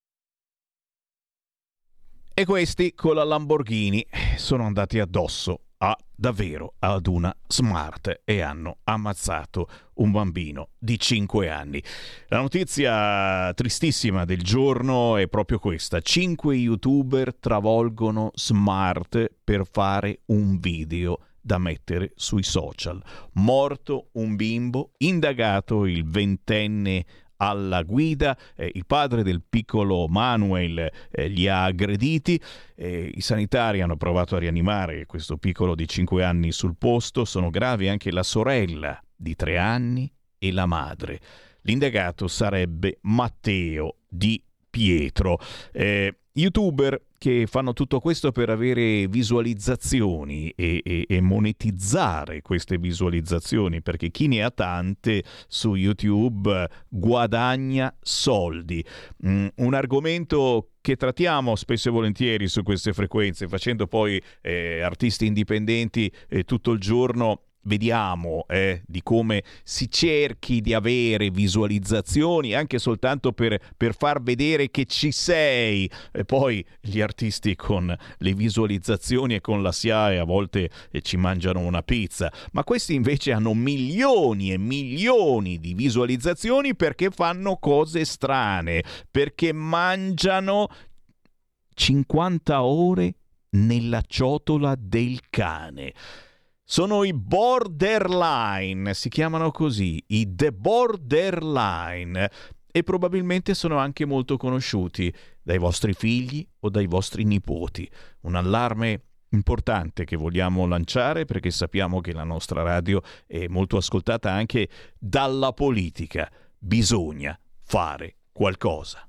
E questi con la Lamborghini sono andati addosso a davvero ad una smart e hanno ammazzato un bambino di cinque anni. La notizia tristissima del giorno è proprio questa: cinque youtuber travolgono smart per fare un video da mettere sui social. Morto un bimbo, indagato il ventenne alla guida, eh, il padre del piccolo Manuel eh, li ha aggrediti, eh, i sanitari hanno provato a rianimare questo piccolo di cinque anni sul posto, sono gravi anche la sorella di tre anni e la madre. L'indagato sarebbe Matteo Di Pietro. Eh, youtuber che fanno tutto questo per avere visualizzazioni e, e, e monetizzare queste visualizzazioni, perché chi ne ha tante su YouTube guadagna soldi. Mm, un argomento che trattiamo spesso e volentieri su queste frequenze, facendo poi eh, artisti indipendenti eh, tutto il giorno. Vediamo eh, di come si cerchi di avere visualizzazioni anche soltanto per, per far vedere che ci sei, e poi gli artisti con le visualizzazioni e con la S I A E a volte eh, ci mangiano una pizza, ma questi invece hanno milioni e milioni di visualizzazioni perché fanno cose strane, perché mangiano cinquanta ore nella ciotola del cane. Sono i borderline, si chiamano così, i The Borderline, e probabilmente sono anche molto conosciuti dai vostri figli o dai vostri nipoti. Un allarme importante che vogliamo lanciare perché sappiamo che la nostra radio è molto ascoltata anche dalla politica. Bisogna fare qualcosa.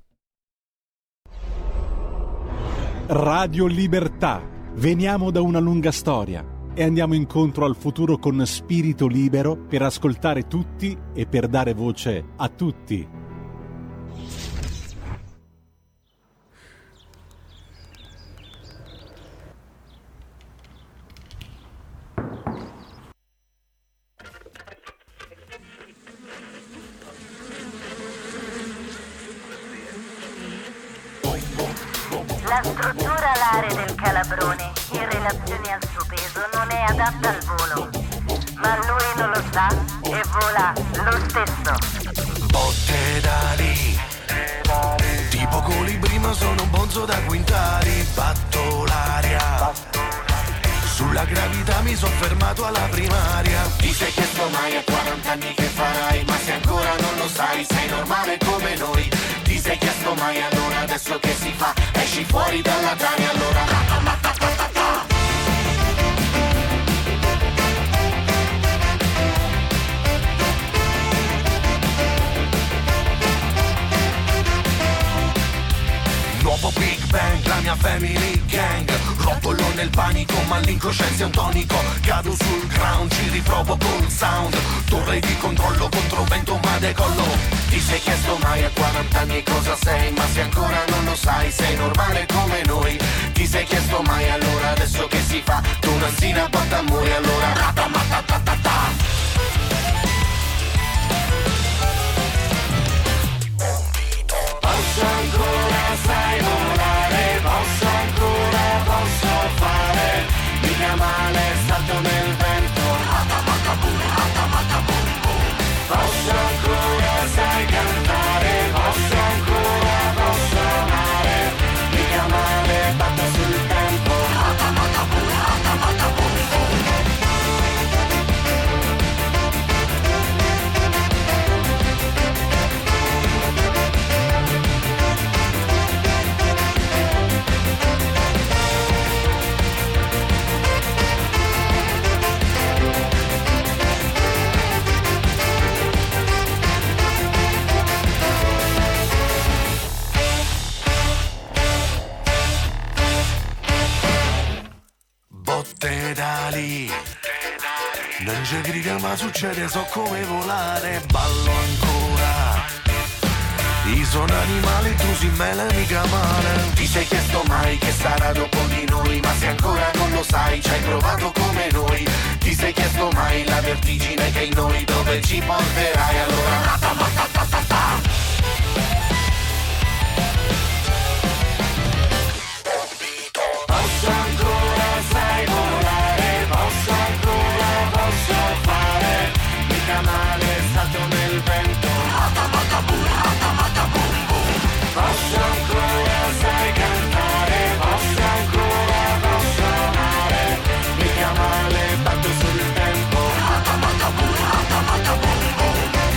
Radio Libertà. Veniamo da una lunga storia e andiamo incontro al futuro con spirito libero per ascoltare tutti e per dare voce a tutti. La struttura alare del calabrone in relazione al suo peso non è adatta al volo, ma lui non lo sa e vola lo stesso. Botte da lì, tipo colibri ma sono un bonzo da quintali. Batto l'aria, sulla gravità mi sono fermato alla primaria. Ti sei chiesto mai a quaranta anni che farai? Ma se ancora non lo sai, sei normale come noi. Ti sei chiesto mai allora adesso che si fa? Esci fuori dalla tania allora. Nuovo Big Bang, la mia family gang. Rotolo nel panico ma l'incoscienza è un tonico. Cado sul ground, ci riprovo col sound. Torre di controllo contro vento ma decollo. Ti sei chiesto mai a quaranta anni cosa sei? Ma se ancora non lo sai, sei normale come noi. Ti sei chiesto mai allora adesso che si fa? Tu un'ansina porta a muri allora ratamatatata. Posso ancora, sai volare, posso ancora, posso fare, mica male, salto nel vento, posso ancora, sai cantare, posso ancora, posso pedali. Non ci grida ma succede, so come volare. Ballo ancora. Io sono animale, tu si mela mica male. Ti sei chiesto mai che sarà dopo di noi? Ma se ancora non lo sai, ci hai provato come noi. Ti sei chiesto mai la vertigine che in noi dove ci porterai? Allora rata, ma ta, ta, ta, ta. Posso ancora, sai volare, posso ancora, posso fare, mica male, salto nel vento, rata, mata, boom, rata, mata, boom, boom. Posso ancora, sai cantare, posso ancora, posso amare, mica male, batto sul tempo, rata, mata, boom, rata, mata, boom, boom.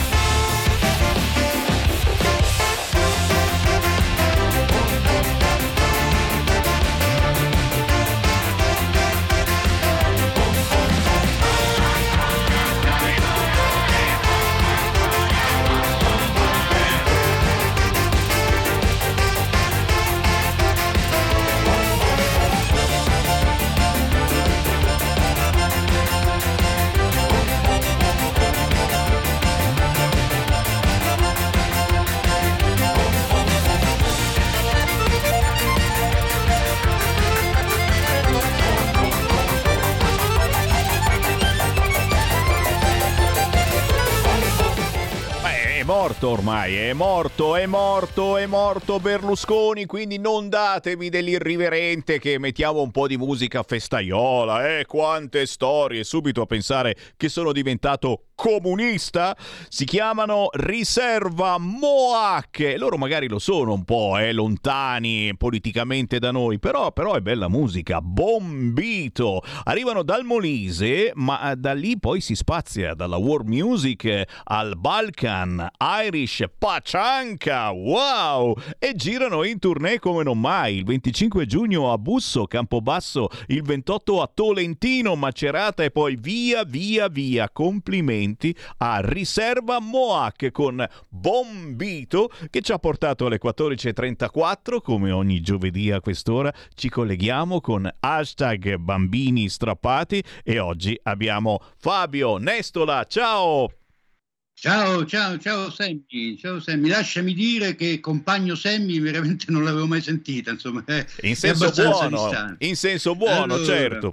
È morto ormai, è morto, è morto, è morto Berlusconi, quindi non datevi dell'irriverente che mettiamo un po' di musica festaiola, eh, quante storie, subito a pensare che sono diventato comunista. Si chiamano Riserva Moak, loro magari lo sono un po', eh, lontani politicamente da noi, però, però è bella musica. Bombito, arrivano dal Molise, ma da lì poi si spazia dalla world music al Balkan, Irish, Pachanka, wow! E girano in tournée come non mai, il venticinque giugno a Busso, Campobasso, il ventotto a Tolentino, Macerata e poi via via via. Complimenti a Riserva Moak con Bombito, che ci ha portato alle quattordici e trentaquattro. Come ogni giovedì a quest'ora ci colleghiamo con hashtag bambini strappati e oggi abbiamo Fabio Nestola. Ciao! Ciao, ciao, ciao Sammy, ciao Sammy. Lasciami dire che compagno Sammy veramente non l'avevo mai sentita, insomma. È, in senso buono, distante. In senso buono, allora, certo.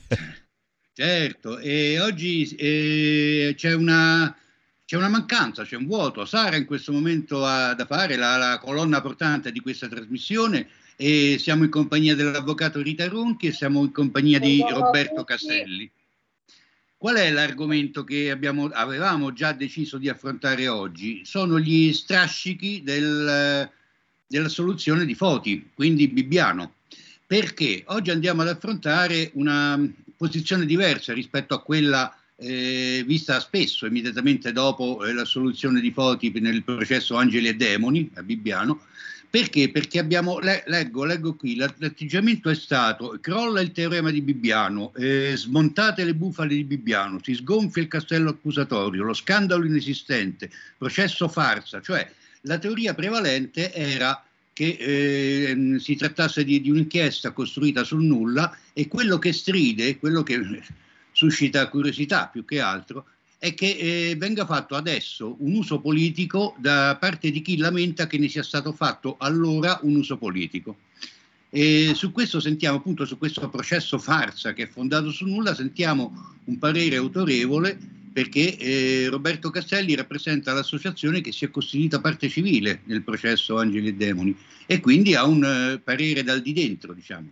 Certo, e oggi eh, c'è una c'è una mancanza, c'è un vuoto. Sara in questo momento ha da fare la, la colonna portante di questa trasmissione e siamo in compagnia dell'avvocato Rita Ronchi e siamo in compagnia di Roberto Castelli. Qual è l'argomento che abbiamo, avevamo già deciso di affrontare oggi? Sono gli strascichi del, della soluzione di Foti, quindi Bibbiano. Perché oggi andiamo ad affrontare una posizione diversa rispetto a quella eh, vista spesso, immediatamente dopo eh, la soluzione di Foti nel processo Angeli e Demoni a Bibbiano. Perché? Perché abbiamo, le, leggo, leggo qui, l'atteggiamento è stato: crolla il teorema di Bibbiano, eh, smontate le bufale di Bibbiano, si sgonfia il castello accusatorio, lo scandalo inesistente, processo farsa. Cioè la teoria prevalente era che eh, si trattasse di, di un'inchiesta costruita sul nulla, e quello che stride, quello che suscita curiosità più che altro, è che eh, venga fatto adesso un uso politico da parte di chi lamenta che ne sia stato fatto allora un uso politico. E su questo sentiamo, appunto, su questo processo farsa che è fondato sul nulla, sentiamo un parere autorevole, perché eh, Roberto Castelli rappresenta l'associazione che si è costituita parte civile nel processo Angeli e Demoni e quindi ha un uh, parere dal di dentro, diciamo.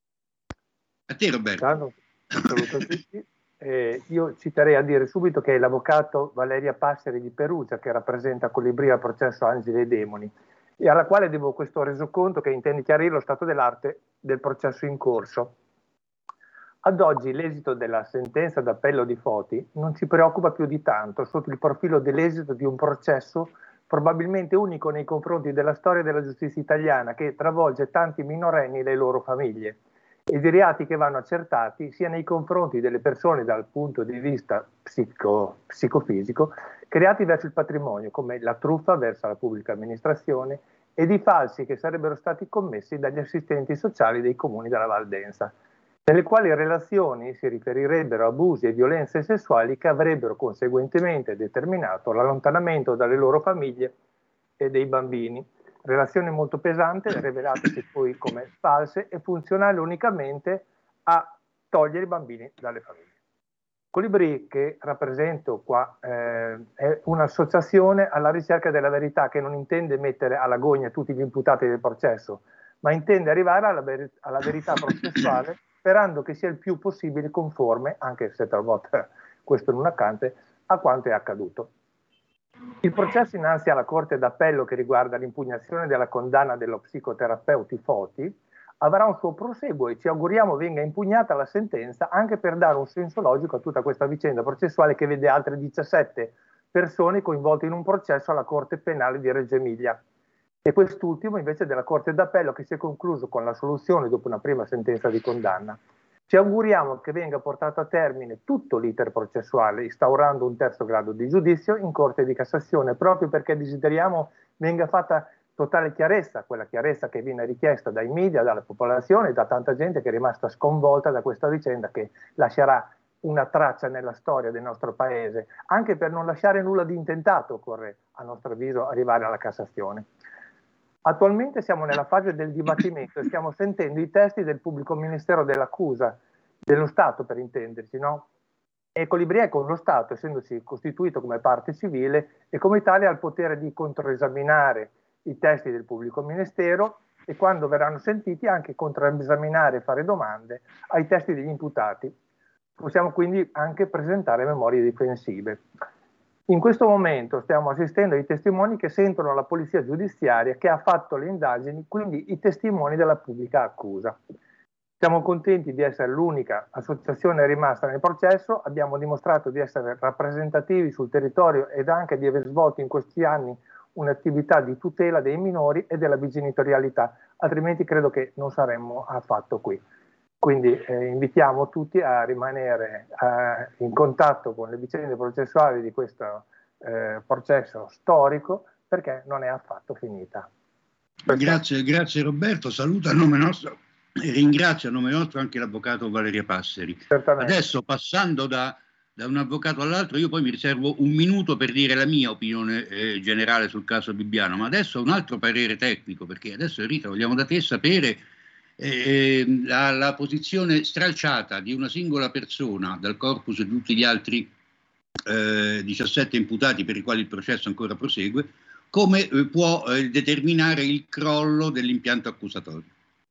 A te, Roberto. Ciao, saluto a tutti. Eh, io ci terrei a dire subito che è l'avvocato Valeria Passeri di Perugia che rappresenta Colibri al processo Angeli e Demoni, e alla quale devo questo resoconto che intende chiarire lo stato dell'arte del processo in corso. Ad oggi l'esito della sentenza d'appello di Foti non ci preoccupa più di tanto sotto il profilo dell'esito di un processo probabilmente unico nei confronti della storia della giustizia italiana, che travolge tanti minorenni e le loro famiglie, e di reati che vanno accertati sia nei confronti delle persone dal punto di vista psico, psicofisico, che reati verso il patrimonio, come la truffa verso la pubblica amministrazione, e di falsi che sarebbero stati commessi dagli assistenti sociali dei comuni della Valdensa. nelle quali relazioni si riferirebbero a abusi e violenze sessuali che avrebbero conseguentemente determinato l'allontanamento dalle loro famiglie e dei bambini. Relazioni molto pesanti, rivelatesi poi come false e funzionali unicamente a togliere i bambini dalle famiglie. Colibri, che rappresento qua, eh, è un'associazione alla ricerca della verità che non intende mettere alla gogna tutti gli imputati del processo, ma intende arrivare alla, ver- alla verità processuale, sperando che sia il più possibile conforme, anche se talvolta questo non accade, a quanto è accaduto. Il processo innanzi alla Corte d'Appello che riguarda l'impugnazione della condanna dello psicoterapeuta Foti avrà un suo proseguo e ci auguriamo venga impugnata la sentenza anche per dare un senso logico a tutta questa vicenda processuale che vede altre diciassette persone coinvolte in un processo alla Corte Penale di Reggio Emilia e quest'ultimo invece della Corte d'Appello che si è concluso con l'assoluzione dopo una prima sentenza di condanna. Ci auguriamo che venga portato a termine tutto l'iter processuale instaurando un terzo grado di giudizio in Corte di Cassazione proprio perché desideriamo venga fatta totale chiarezza, quella chiarezza che viene richiesta dai media, dalla popolazione e da tanta gente che è rimasta sconvolta da questa vicenda che lascerà una traccia nella storia del nostro paese. Anche per non lasciare nulla di intentato occorre, a nostro avviso, arrivare alla Cassazione. Attualmente siamo nella fase del dibattimento e stiamo sentendo i testi del pubblico ministero dell'accusa, dello Stato per intenderci, no? E Colibri è con lo Stato, essendosi costituito come parte civile e come tale ha il potere di controesaminare i testi del pubblico ministero e quando verranno sentiti anche controesaminare e fare domande ai testi degli imputati. Possiamo quindi anche presentare memorie difensive. In questo momento stiamo assistendo ai testimoni che sentono la polizia giudiziaria che ha fatto le indagini, quindi i testimoni della pubblica accusa. Siamo contenti di essere l'unica associazione rimasta nel processo, abbiamo dimostrato di essere rappresentativi sul territorio ed anche di aver svolto in questi anni un'attività di tutela dei minori e della bigenitorialità, altrimenti credo che non saremmo affatto qui. Quindi eh, invitiamo tutti a rimanere eh, in contatto con le vicende processuali di questo eh, processo storico perché non è affatto finita. Grazie, grazie Roberto, saluto a nome nostro e ringrazio a nome nostro anche l'avvocato Valeria Passeri. Certamente. Adesso passando da da un avvocato all'altro, io poi mi riservo un minuto per dire la mia opinione eh, generale sul caso Bibbiano, ma adesso un altro parere tecnico, perché adesso Rita vogliamo da te sapere eh, la, la posizione stralciata di una singola persona dal corpus di tutti gli altri eh, diciassette imputati per i quali il processo ancora prosegue, come eh, può eh, determinare il crollo dell'impianto accusatorio.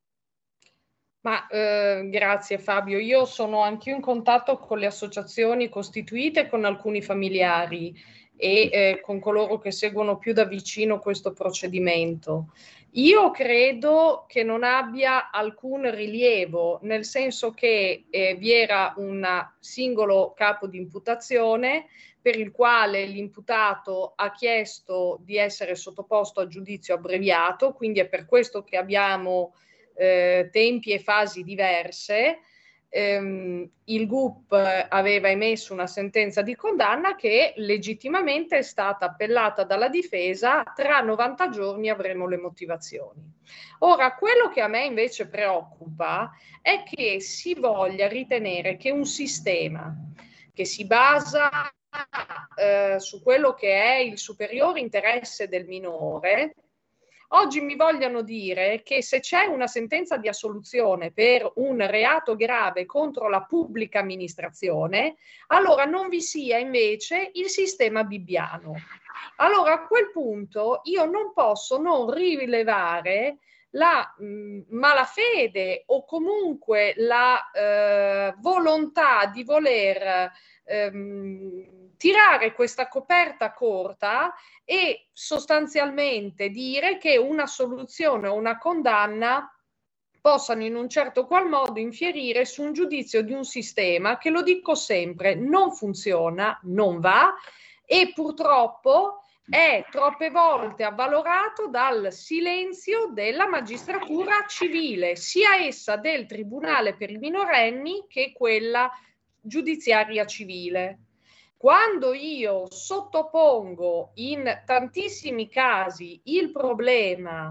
Ma eh, grazie Fabio, io sono anche in contatto con le associazioni costituite, con alcuni familiari e eh, con coloro che seguono più da vicino questo procedimento. Io credo che non abbia alcun rilievo, nel senso che eh, vi era un singolo capo di imputazione per il quale l'imputato ha chiesto di essere sottoposto a giudizio abbreviato, quindi è per questo che abbiamo Eh, tempi e fasi diverse. Ehm, il G U P aveva emesso una sentenza di condanna che legittimamente è stata appellata dalla difesa, tra novanta giorni avremo le motivazioni. Ora, quello che a me invece preoccupa è che si voglia ritenere che un sistema che si basa eh, su quello che è il superiore interesse del minore oggi mi vogliano dire che se c'è una sentenza di assoluzione per un reato grave contro la pubblica amministrazione, allora non vi sia invece il sistema bibbiano. Allora a quel punto io non posso non rilevare la mh, malafede o comunque la eh, volontà di voler ehm, tirare questa coperta corta e sostanzialmente dire che una soluzione o una condanna possano in un certo qual modo infierire su un giudizio di un sistema che, lo dico sempre, non funziona, non va e purtroppo è troppe volte avvalorato dal silenzio della magistratura civile, sia essa del Tribunale per i minorenni che quella giudiziaria civile. Quando io sottopongo in tantissimi casi il problema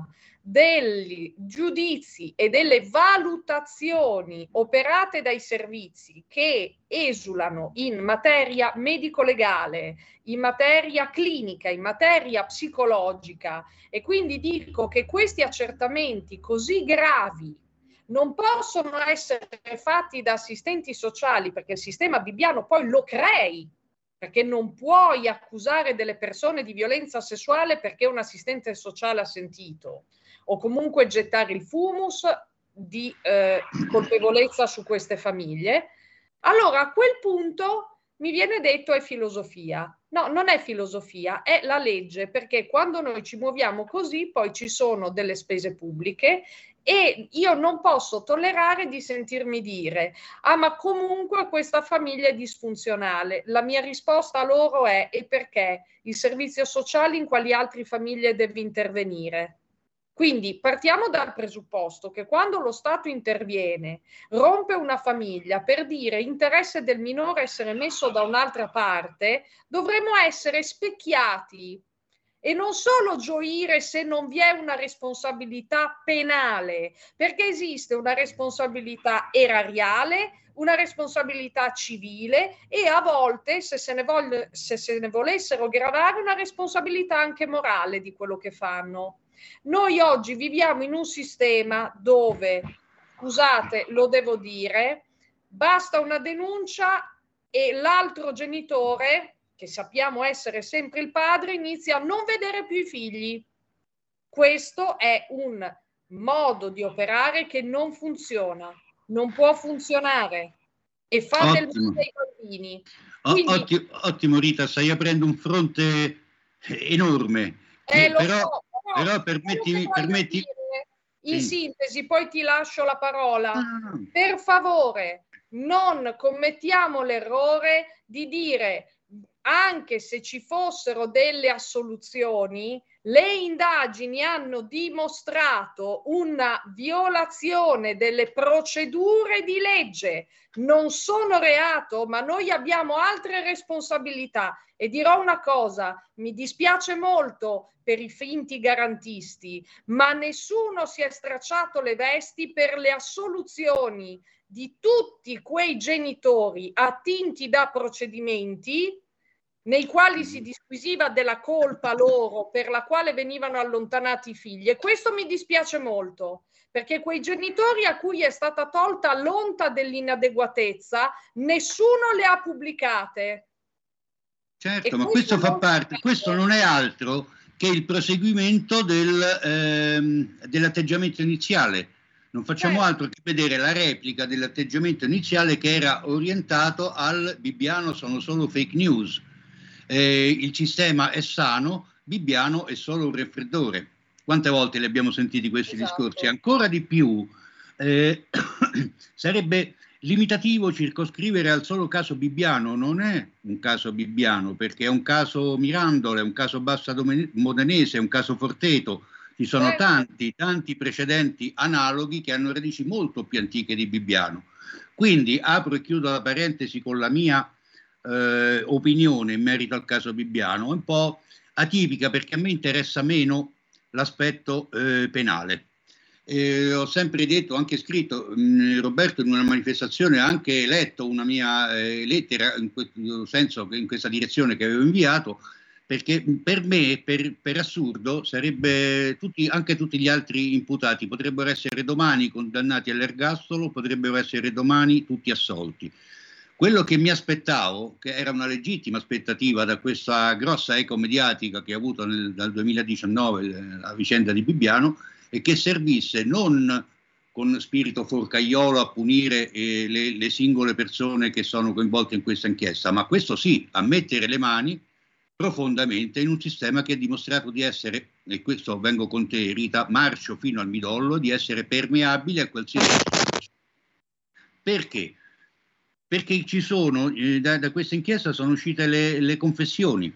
degli giudizi e delle valutazioni operate dai servizi che esulano in materia medico-legale, in materia clinica, in materia psicologica, e quindi dico che questi accertamenti così gravi non possono essere fatti da assistenti sociali, perché il sistema bibbiano poi lo crei, perché non puoi accusare delle persone di violenza sessuale perché un assistente sociale ha sentito, o comunque gettare il fumus di eh, colpevolezza su queste famiglie. Allora a quel punto mi viene detto è filosofia. No, non è filosofia, è la legge, perché quando noi ci muoviamo così poi ci sono delle spese pubbliche e io non posso tollerare di sentirmi dire ah ma comunque questa famiglia è disfunzionale. La mia risposta a loro è e perché? Il servizio sociale in quali altre famiglie deve intervenire? Quindi partiamo dal presupposto che quando lo Stato interviene, rompe una famiglia per dire interesse del minore essere messo da un'altra parte, dovremmo essere specchiati e non solo gioire se non vi è una responsabilità penale, perché esiste una responsabilità erariale, una responsabilità civile e a volte, se se ne, voglia, se se ne volessero gravare, una responsabilità anche morale di quello che fanno. Noi oggi viviamo in un sistema dove, scusate, lo devo dire, basta una denuncia e l'altro genitore, che sappiamo essere sempre il padre, inizia a non vedere più i figli. Questo è un modo di operare che non funziona, non può funzionare e fa del male ai bambini. Quindi, ottimo, ottimo Rita, stai aprendo un fronte enorme. Eh, lo però, so, però, però permettimi, permetti... in sì. sintesi, poi ti lascio la parola. Ah. Per favore, non commettiamo l'errore di dire anche se ci fossero delle assoluzioni, le indagini hanno dimostrato una violazione delle procedure di legge. Non sono reato, ma noi abbiamo altre responsabilità. E dirò una cosa, mi dispiace molto per i finti garantisti, ma nessuno si è stracciato le vesti per le assoluzioni di tutti quei genitori attinti da procedimenti nei quali si disquisiva della colpa loro per la quale venivano allontanati i figli. E questo mi dispiace molto, perché quei genitori a cui è stata tolta l'onta dell'inadeguatezza, nessuno le ha pubblicate. Certo, E ma questo questo fa non- parte, questo non è altro che il proseguimento del, ehm, dell'atteggiamento iniziale. Non facciamo altro che vedere la replica dell'atteggiamento iniziale che era orientato al Bibbiano sono solo fake news. Eh, il sistema è sano, Bibbiano è solo un raffreddore. Quante volte li abbiamo sentiti questi Esatto. discorsi? Ancora di più eh, sarebbe limitativo circoscrivere al solo caso Bibbiano. Non è un caso Bibbiano, perché è un caso Mirandola, è un caso Bassa Dome- Modenese, è un caso Forteto. Ci sono Certo. tanti, tanti precedenti analoghi che hanno radici molto più antiche di Bibbiano. Quindi apro e chiudo la parentesi con la mia eh, opinione in merito al caso Bibbiano, un po' atipica perché a me interessa meno l'aspetto eh, penale. Eh, ho sempre detto, ho anche scritto, mh, Roberto in una manifestazione, ha anche letto una mia eh, lettera in questo senso, in questa direzione che avevo inviato, perché per me, per, per assurdo, sarebbe tutti, anche tutti gli altri imputati potrebbero essere domani condannati all'ergastolo, potrebbero essere domani tutti assolti. Quello che mi aspettavo, che era una legittima aspettativa da questa grossa eco mediatica che ha avuto nel, dal duemiladiciannove eh, la vicenda di Bibbiano, è che servisse non con spirito forcaiolo a punire eh, le, le singole persone che sono coinvolte in questa inchiesta, ma questo sì, a mettere le mani profondamente in un sistema che ha dimostrato di essere, e questo vengo con te Rita, marcio fino al midollo, di essere permeabile a qualsiasi cosa. Perché? Perché ci sono, eh, da, da questa inchiesta sono uscite le, le confessioni.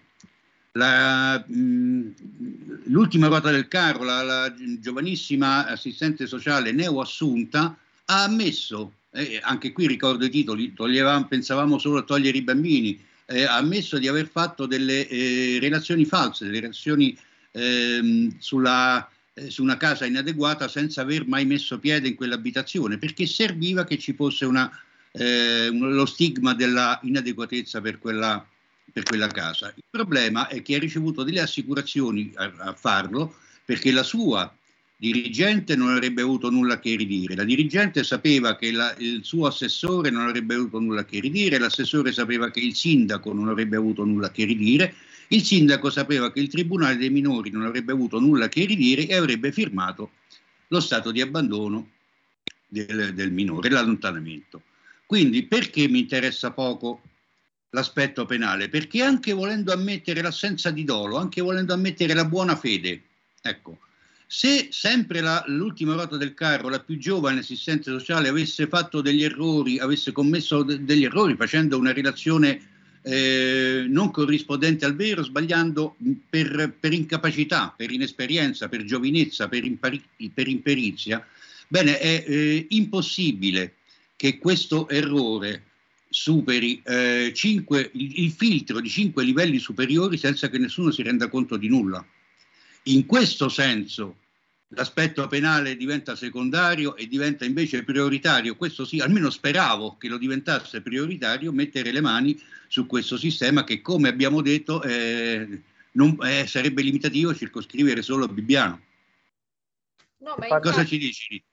La, mh, l'ultima ruota del carro, la, la giovanissima assistente sociale neoassunta, ha ammesso, eh, anche qui ricordo i titoli, toglievamo, pensavamo solo a togliere i bambini, eh, ha ammesso di aver fatto delle eh, relazioni false, delle relazioni eh, sulla eh, su una casa inadeguata senza aver mai messo piede in quell'abitazione, perché serviva che ci fosse una, eh, lo stigma della inadeguatezza per quella, per quella casa. Il problema è che ha ricevuto delle assicurazioni a, a farlo, perché la sua dirigente non avrebbe avuto nulla che ridire, la dirigente sapeva che la, il suo assessore non avrebbe avuto nulla che ridire, l'assessore sapeva che il sindaco non avrebbe avuto nulla che ridire, il sindaco sapeva che il tribunale dei minori non avrebbe avuto nulla che ridire e avrebbe firmato lo stato di abbandono del, del minore, l'allontanamento. Quindi perché mi interessa poco l'aspetto penale? Perché anche volendo ammettere l'assenza di dolo, anche volendo ammettere la buona fede, ecco, se sempre la, l'ultima ruota del carro, la più giovane assistente sociale, avesse fatto degli errori, avesse commesso de- degli errori facendo una relazione eh, non corrispondente al vero, sbagliando per, per incapacità, per inesperienza, per giovinezza, per, impari- per imperizia, bene, è eh, impossibile che questo errore superi eh, cinque, il, il filtro di cinque livelli superiori senza che nessuno si renda conto di nulla. In questo senso l'aspetto penale diventa secondario e diventa invece prioritario, questo sì, almeno speravo che lo diventasse prioritario, mettere le mani su questo sistema che, come abbiamo detto, eh, non, eh, sarebbe limitativo a circoscrivere solo a Bibbiano. No, ma Cosa infatti... ci dici?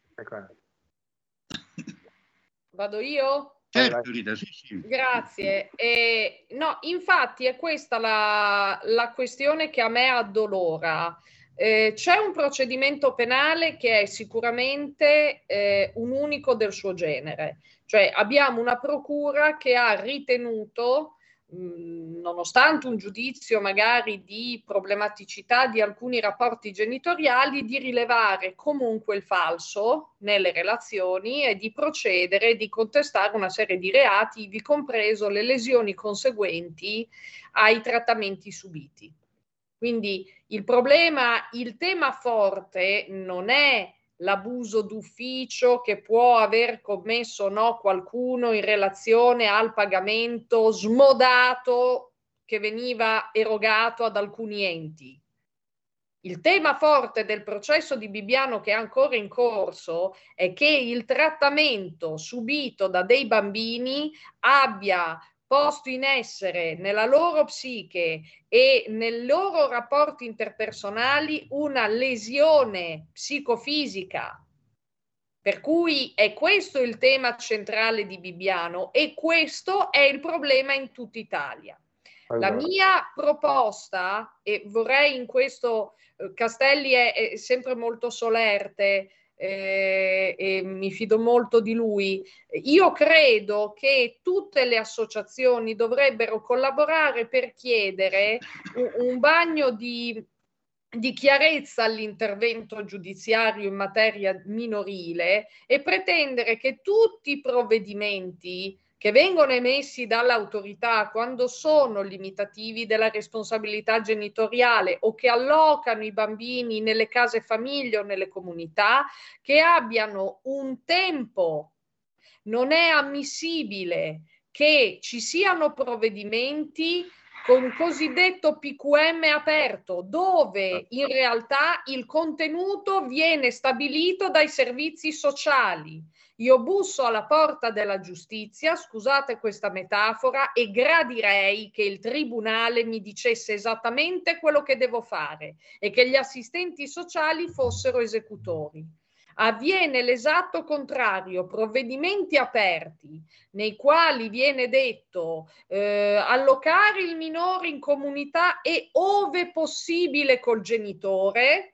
Vado io? Certo, Rita, sì, sì. Grazie. Eh, no, infatti è questa la, la questione che a me addolora. Eh, c'è un procedimento penale che è sicuramente eh, un unico del suo genere, cioè abbiamo una procura che ha ritenuto, mh, nonostante un giudizio magari di problematicità di alcuni rapporti genitoriali, di rilevare comunque il falso nelle relazioni e di procedere, di contestare una serie di reati, ivi compreso le lesioni conseguenti ai trattamenti subiti. Quindi il problema, il tema forte non è l'abuso d'ufficio che può aver commesso o no qualcuno in relazione al pagamento smodato che veniva erogato ad alcuni enti. Il tema forte del processo di Bibbiano che è ancora in corso è che il trattamento subito da dei bambini abbia posto in essere nella loro psiche e nei loro rapporti interpersonali una lesione psicofisica. Per cui è questo il tema centrale di Bibbiano e questo è il problema in tutta Italia. Allora. La mia proposta, e vorrei in questo, eh, Castelli è, è sempre molto solerte, Eh, e mi fido molto di lui. Io credo che tutte le associazioni dovrebbero collaborare per chiedere un, un bagno di, di chiarezza all'intervento giudiziario in materia minorile e pretendere che tutti i provvedimenti che vengono emessi dall'autorità quando sono limitativi della responsabilità genitoriale o che allocano i bambini nelle case famiglie o nelle comunità, che abbiano un tempo. Non è ammissibile che ci siano provvedimenti con cosiddetto P Q M aperto, dove in realtà il contenuto viene stabilito dai servizi sociali. Io busso alla porta della giustizia, scusate questa metafora, e gradirei che il tribunale mi dicesse esattamente quello che devo fare e che gli assistenti sociali fossero esecutori. Avviene l'esatto contrario, provvedimenti aperti nei quali viene detto eh, allocare il minore in comunità e ove possibile col genitore.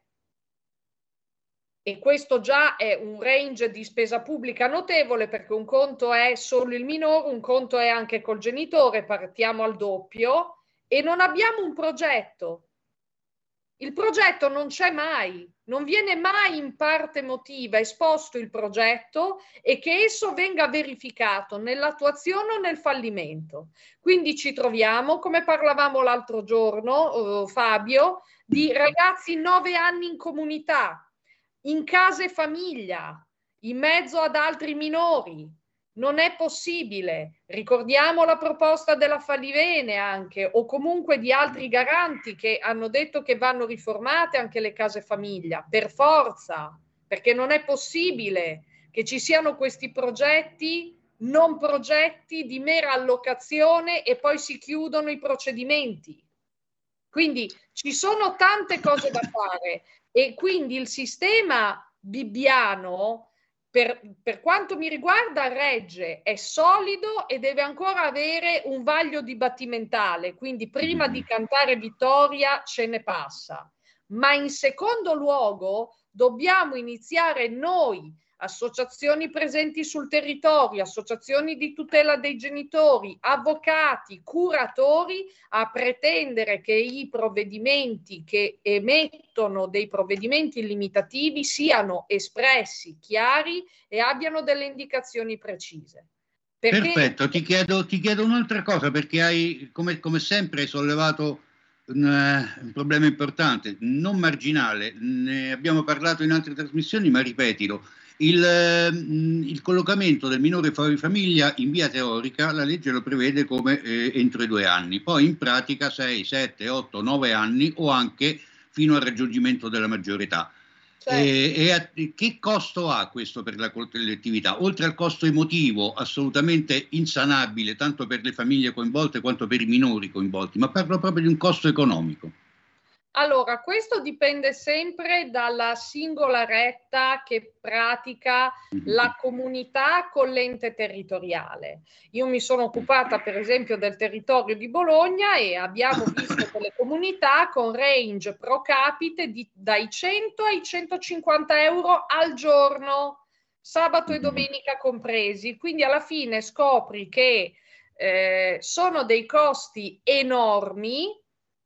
E questo già è un range di spesa pubblica notevole, perché un conto è solo il minore, un conto è anche col genitore, partiamo al doppio, e non abbiamo un progetto. Il progetto non c'è mai, non viene mai in parte emotiva esposto il progetto e che esso venga verificato nell'attuazione o nel fallimento. Quindi ci troviamo, come parlavamo l'altro giorno, eh, Fabio, di ragazzi nove anni in comunità, in casa e famiglia, in mezzo ad altri minori, Non è possibile. Ricordiamo la proposta della Falivene anche, o comunque di altri garanti che hanno detto che vanno riformate anche le case famiglia, per forza, perché non è possibile che ci siano questi progetti, non progetti di mera allocazione e poi si chiudono i procedimenti. Quindi ci sono tante cose da fare e quindi il sistema bibbiano, Per, per quanto mi riguarda, regge, è solido e deve ancora avere un vaglio dibattimentale, quindi prima di cantare vittoria ce ne passa. Ma in secondo luogo dobbiamo iniziare noi, associazioni presenti sul territorio, associazioni di tutela dei genitori, avvocati, curatori, a pretendere che i provvedimenti che emettono dei provvedimenti limitativi siano espressi, chiari e abbiano delle indicazioni precise. Perché... Perfetto, ti chiedo, ti chiedo un'altra cosa, perché hai, come, come sempre, hai sollevato un, uh, un problema importante, non marginale, ne abbiamo parlato in altre trasmissioni, ma ripetilo. Il, il collocamento del minore fuori famiglia in via teorica la legge lo prevede come eh, entro i due anni, poi in pratica sei, sette, otto, nove anni o anche fino al raggiungimento della maggiore età. Certo. E, e a, che costo ha questo per la collettività? Oltre al costo emotivo assolutamente insanabile tanto per le famiglie coinvolte quanto per i minori coinvolti, ma parlo proprio di un costo economico. Allora, questo dipende sempre dalla singola retta che pratica la comunità con l'ente territoriale. Io mi sono occupata per esempio del territorio di Bologna e abbiamo visto delle comunità con range pro capite di, dai cento ai centocinquanta euro al giorno, sabato e domenica compresi. Quindi alla fine scopri che eh, sono dei costi enormi,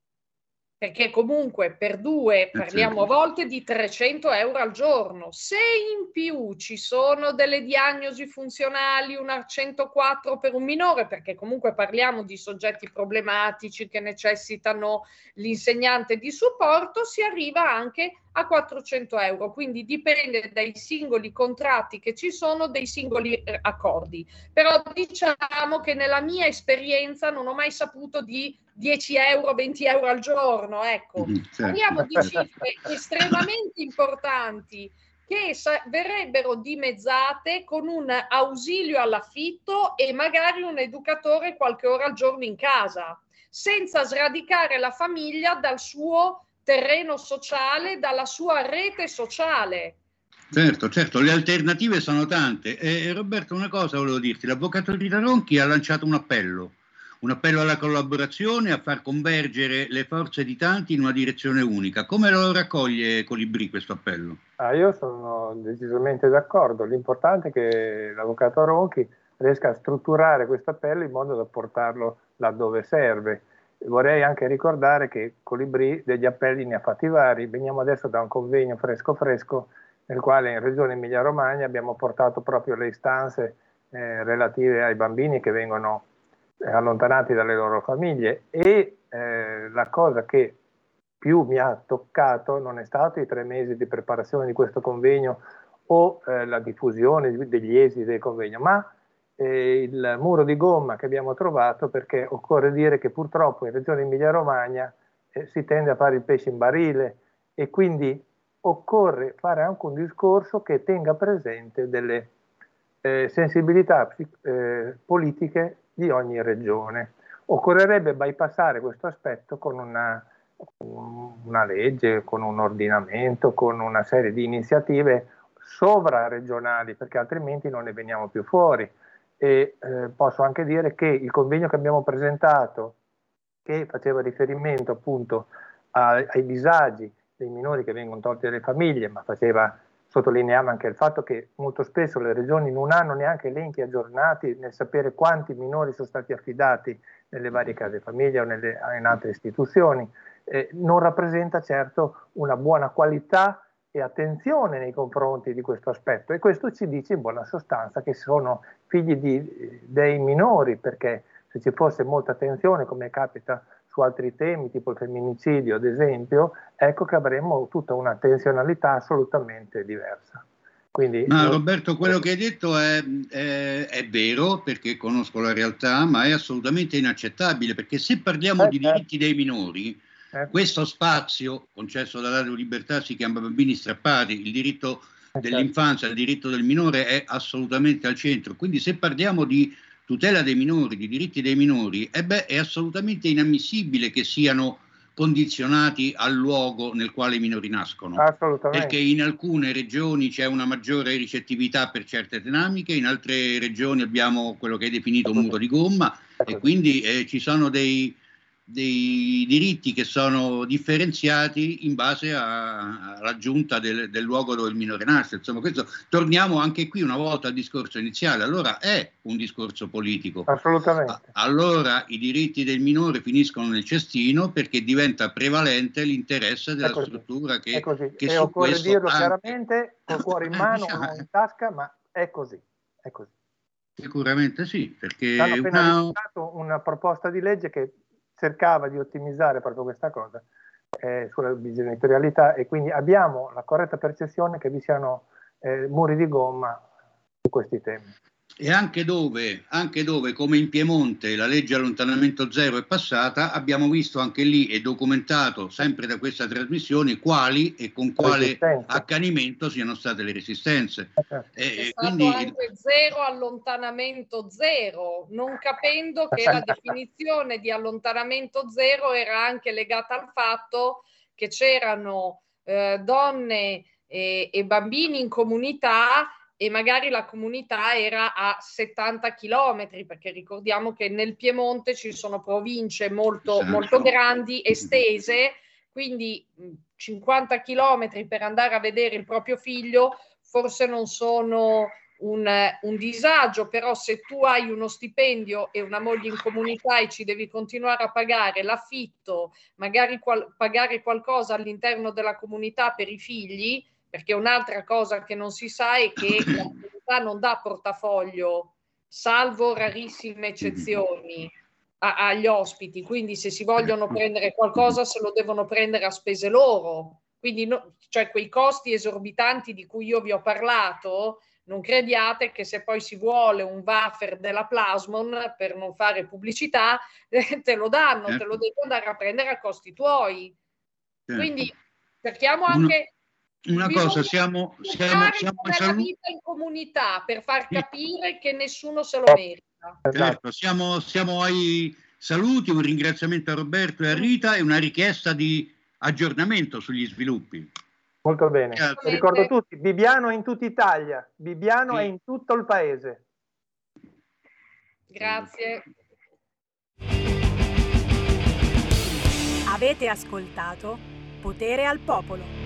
perché comunque per due parliamo a volte di trecento euro al giorno. Se in più ci sono delle diagnosi funzionali, una centoquattro per un minore, perché comunque parliamo di soggetti problematici che necessitano l'insegnante di supporto, si arriva anche a quattrocento euro. Quindi dipende dai singoli contratti che ci sono, dei singoli accordi. Però diciamo che nella mia esperienza non ho mai saputo di dieci euro, venti euro al giorno, ecco. Certo. Parliamo di cifre estremamente importanti che verrebbero dimezzate con un ausilio all'affitto e magari un educatore qualche ora al giorno in casa, senza sradicare la famiglia dal suo terreno sociale, dalla sua rete sociale. Certo, certo, le alternative sono tante. E Roberto, una cosa volevo dirti, l'avvocato Rita Ronchi ha lanciato un appello. Un appello alla collaborazione, a far convergere le forze di tanti in una direzione unica. Come lo raccoglie Colibrì questo appello? Ah, io sono decisamente d'accordo. L'importante è che l'avvocato Ronchi riesca a strutturare questo appello in modo da portarlo laddove serve. Vorrei anche ricordare che Colibrì degli appelli ne ha fatti vari. Veniamo adesso da un convegno fresco fresco nel quale in Regione Emilia-Romagna abbiamo portato proprio le istanze eh, relative ai bambini che vengono allontanati dalle loro famiglie e eh, la cosa che più mi ha toccato non è stato i tre mesi di preparazione di questo convegno o eh, la diffusione degli esiti del convegno, ma eh, il muro di gomma che abbiamo trovato, perché occorre dire che purtroppo in Regione Emilia-Romagna eh, si tende a fare il pesce in barile e quindi occorre fare anche un discorso che tenga presente delle eh, sensibilità eh, politiche di ogni regione. Occorrerebbe bypassare questo aspetto con una, una legge, con un ordinamento, con una serie di iniziative sovraregionali, perché altrimenti non ne veniamo più fuori. E eh, posso anche dire che il convegno che abbiamo presentato, che faceva riferimento appunto a, ai disagi dei minori che vengono tolti dalle famiglie, ma faceva sottolineava anche il fatto che molto spesso le regioni non hanno neanche elenchi aggiornati nel sapere quanti minori sono stati affidati nelle varie case famiglia o nelle, in altre istituzioni, eh, non rappresenta certo una buona qualità e attenzione nei confronti di questo aspetto, e questo ci dice in buona sostanza che sono figli di, dei minori, perché se ci fosse molta attenzione, come capita su altri temi tipo il femminicidio ad esempio, ecco che avremmo tutta una attenzionalità assolutamente diversa. Quindi, Ma io... Roberto, quello che hai detto è, è, è vero, perché conosco la realtà, ma è assolutamente inaccettabile, perché se parliamo eh, di certo. diritti dei minori, eh. questo spazio concesso dalla Radio Libertà si chiama bambini strappati, il diritto eh, dell'infanzia, il diritto del minore è assolutamente al centro. Quindi se parliamo di tutela dei minori, di diritti dei minori, eh beh, è assolutamente inammissibile che siano condizionati al luogo nel quale i minori nascono. Assolutamente. Perché in alcune regioni c'è una maggiore ricettività per certe dinamiche, in altre regioni abbiamo quello che è definito un muro di gomma e quindi eh, ci sono dei, dei diritti che sono differenziati in base a, all'aggiunta del, del luogo dove il minore nasce. Insomma, questo, torniamo anche qui una volta al discorso iniziale, allora è un discorso politico. Assolutamente. Allora i diritti del minore finiscono nel cestino perché diventa prevalente l'interesse della struttura che, è così. che e su occorre questo dirlo anche... chiaramente, col cuore in mano o in tasca, ma è così. È così. Sicuramente sì, perché hanno appena una... risultato una proposta di legge che cercava di ottimizzare proprio questa cosa eh, sulla bigenitorialità, e quindi abbiamo la corretta percezione che vi siano eh, muri di gomma su questi temi. E anche dove, anche dove, come in Piemonte, la legge allontanamento zero è passata, abbiamo visto anche lì e documentato, sempre da questa trasmissione, quali e con quale accanimento siano state le resistenze. È E, stato quindi... anche zero allontanamento zero, non capendo che la definizione di allontanamento zero era anche legata al fatto che c'erano eh, donne e, e bambini in comunità e magari la comunità era a settanta chilometri, perché ricordiamo che nel Piemonte ci sono province molto, molto grandi, estese, quindi cinquanta chilometri per andare a vedere il proprio figlio forse non sono un, un disagio, però se tu hai uno stipendio e una moglie in comunità e ci devi continuare a pagare l'affitto, magari qual- pagare qualcosa all'interno della comunità per i figli, perché un'altra cosa che non si sa è che la comunità non dà portafoglio, salvo rarissime eccezioni, a, agli ospiti, quindi se si vogliono prendere qualcosa se lo devono prendere a spese loro, quindi no, cioè quei costi esorbitanti di cui io vi ho parlato, non crediate che se poi si vuole un wafer della Plasmon, per non fare pubblicità, te lo danno, te lo devi andare a prendere a costi tuoi. Quindi cerchiamo anche... Una Bisogna cosa, siamo, siamo, siamo la saluti. vita in comunità per far capire che nessuno se lo merita. Certo, siamo, siamo ai saluti, un ringraziamento a Roberto e a Rita e una richiesta di aggiornamento sugli sviluppi. Molto bene. Certo. Ricordo tutti, Bibbiano è in tutta Italia, Bibbiano sì. È in tutto il paese. Grazie. Avete ascoltato Potere al Popolo.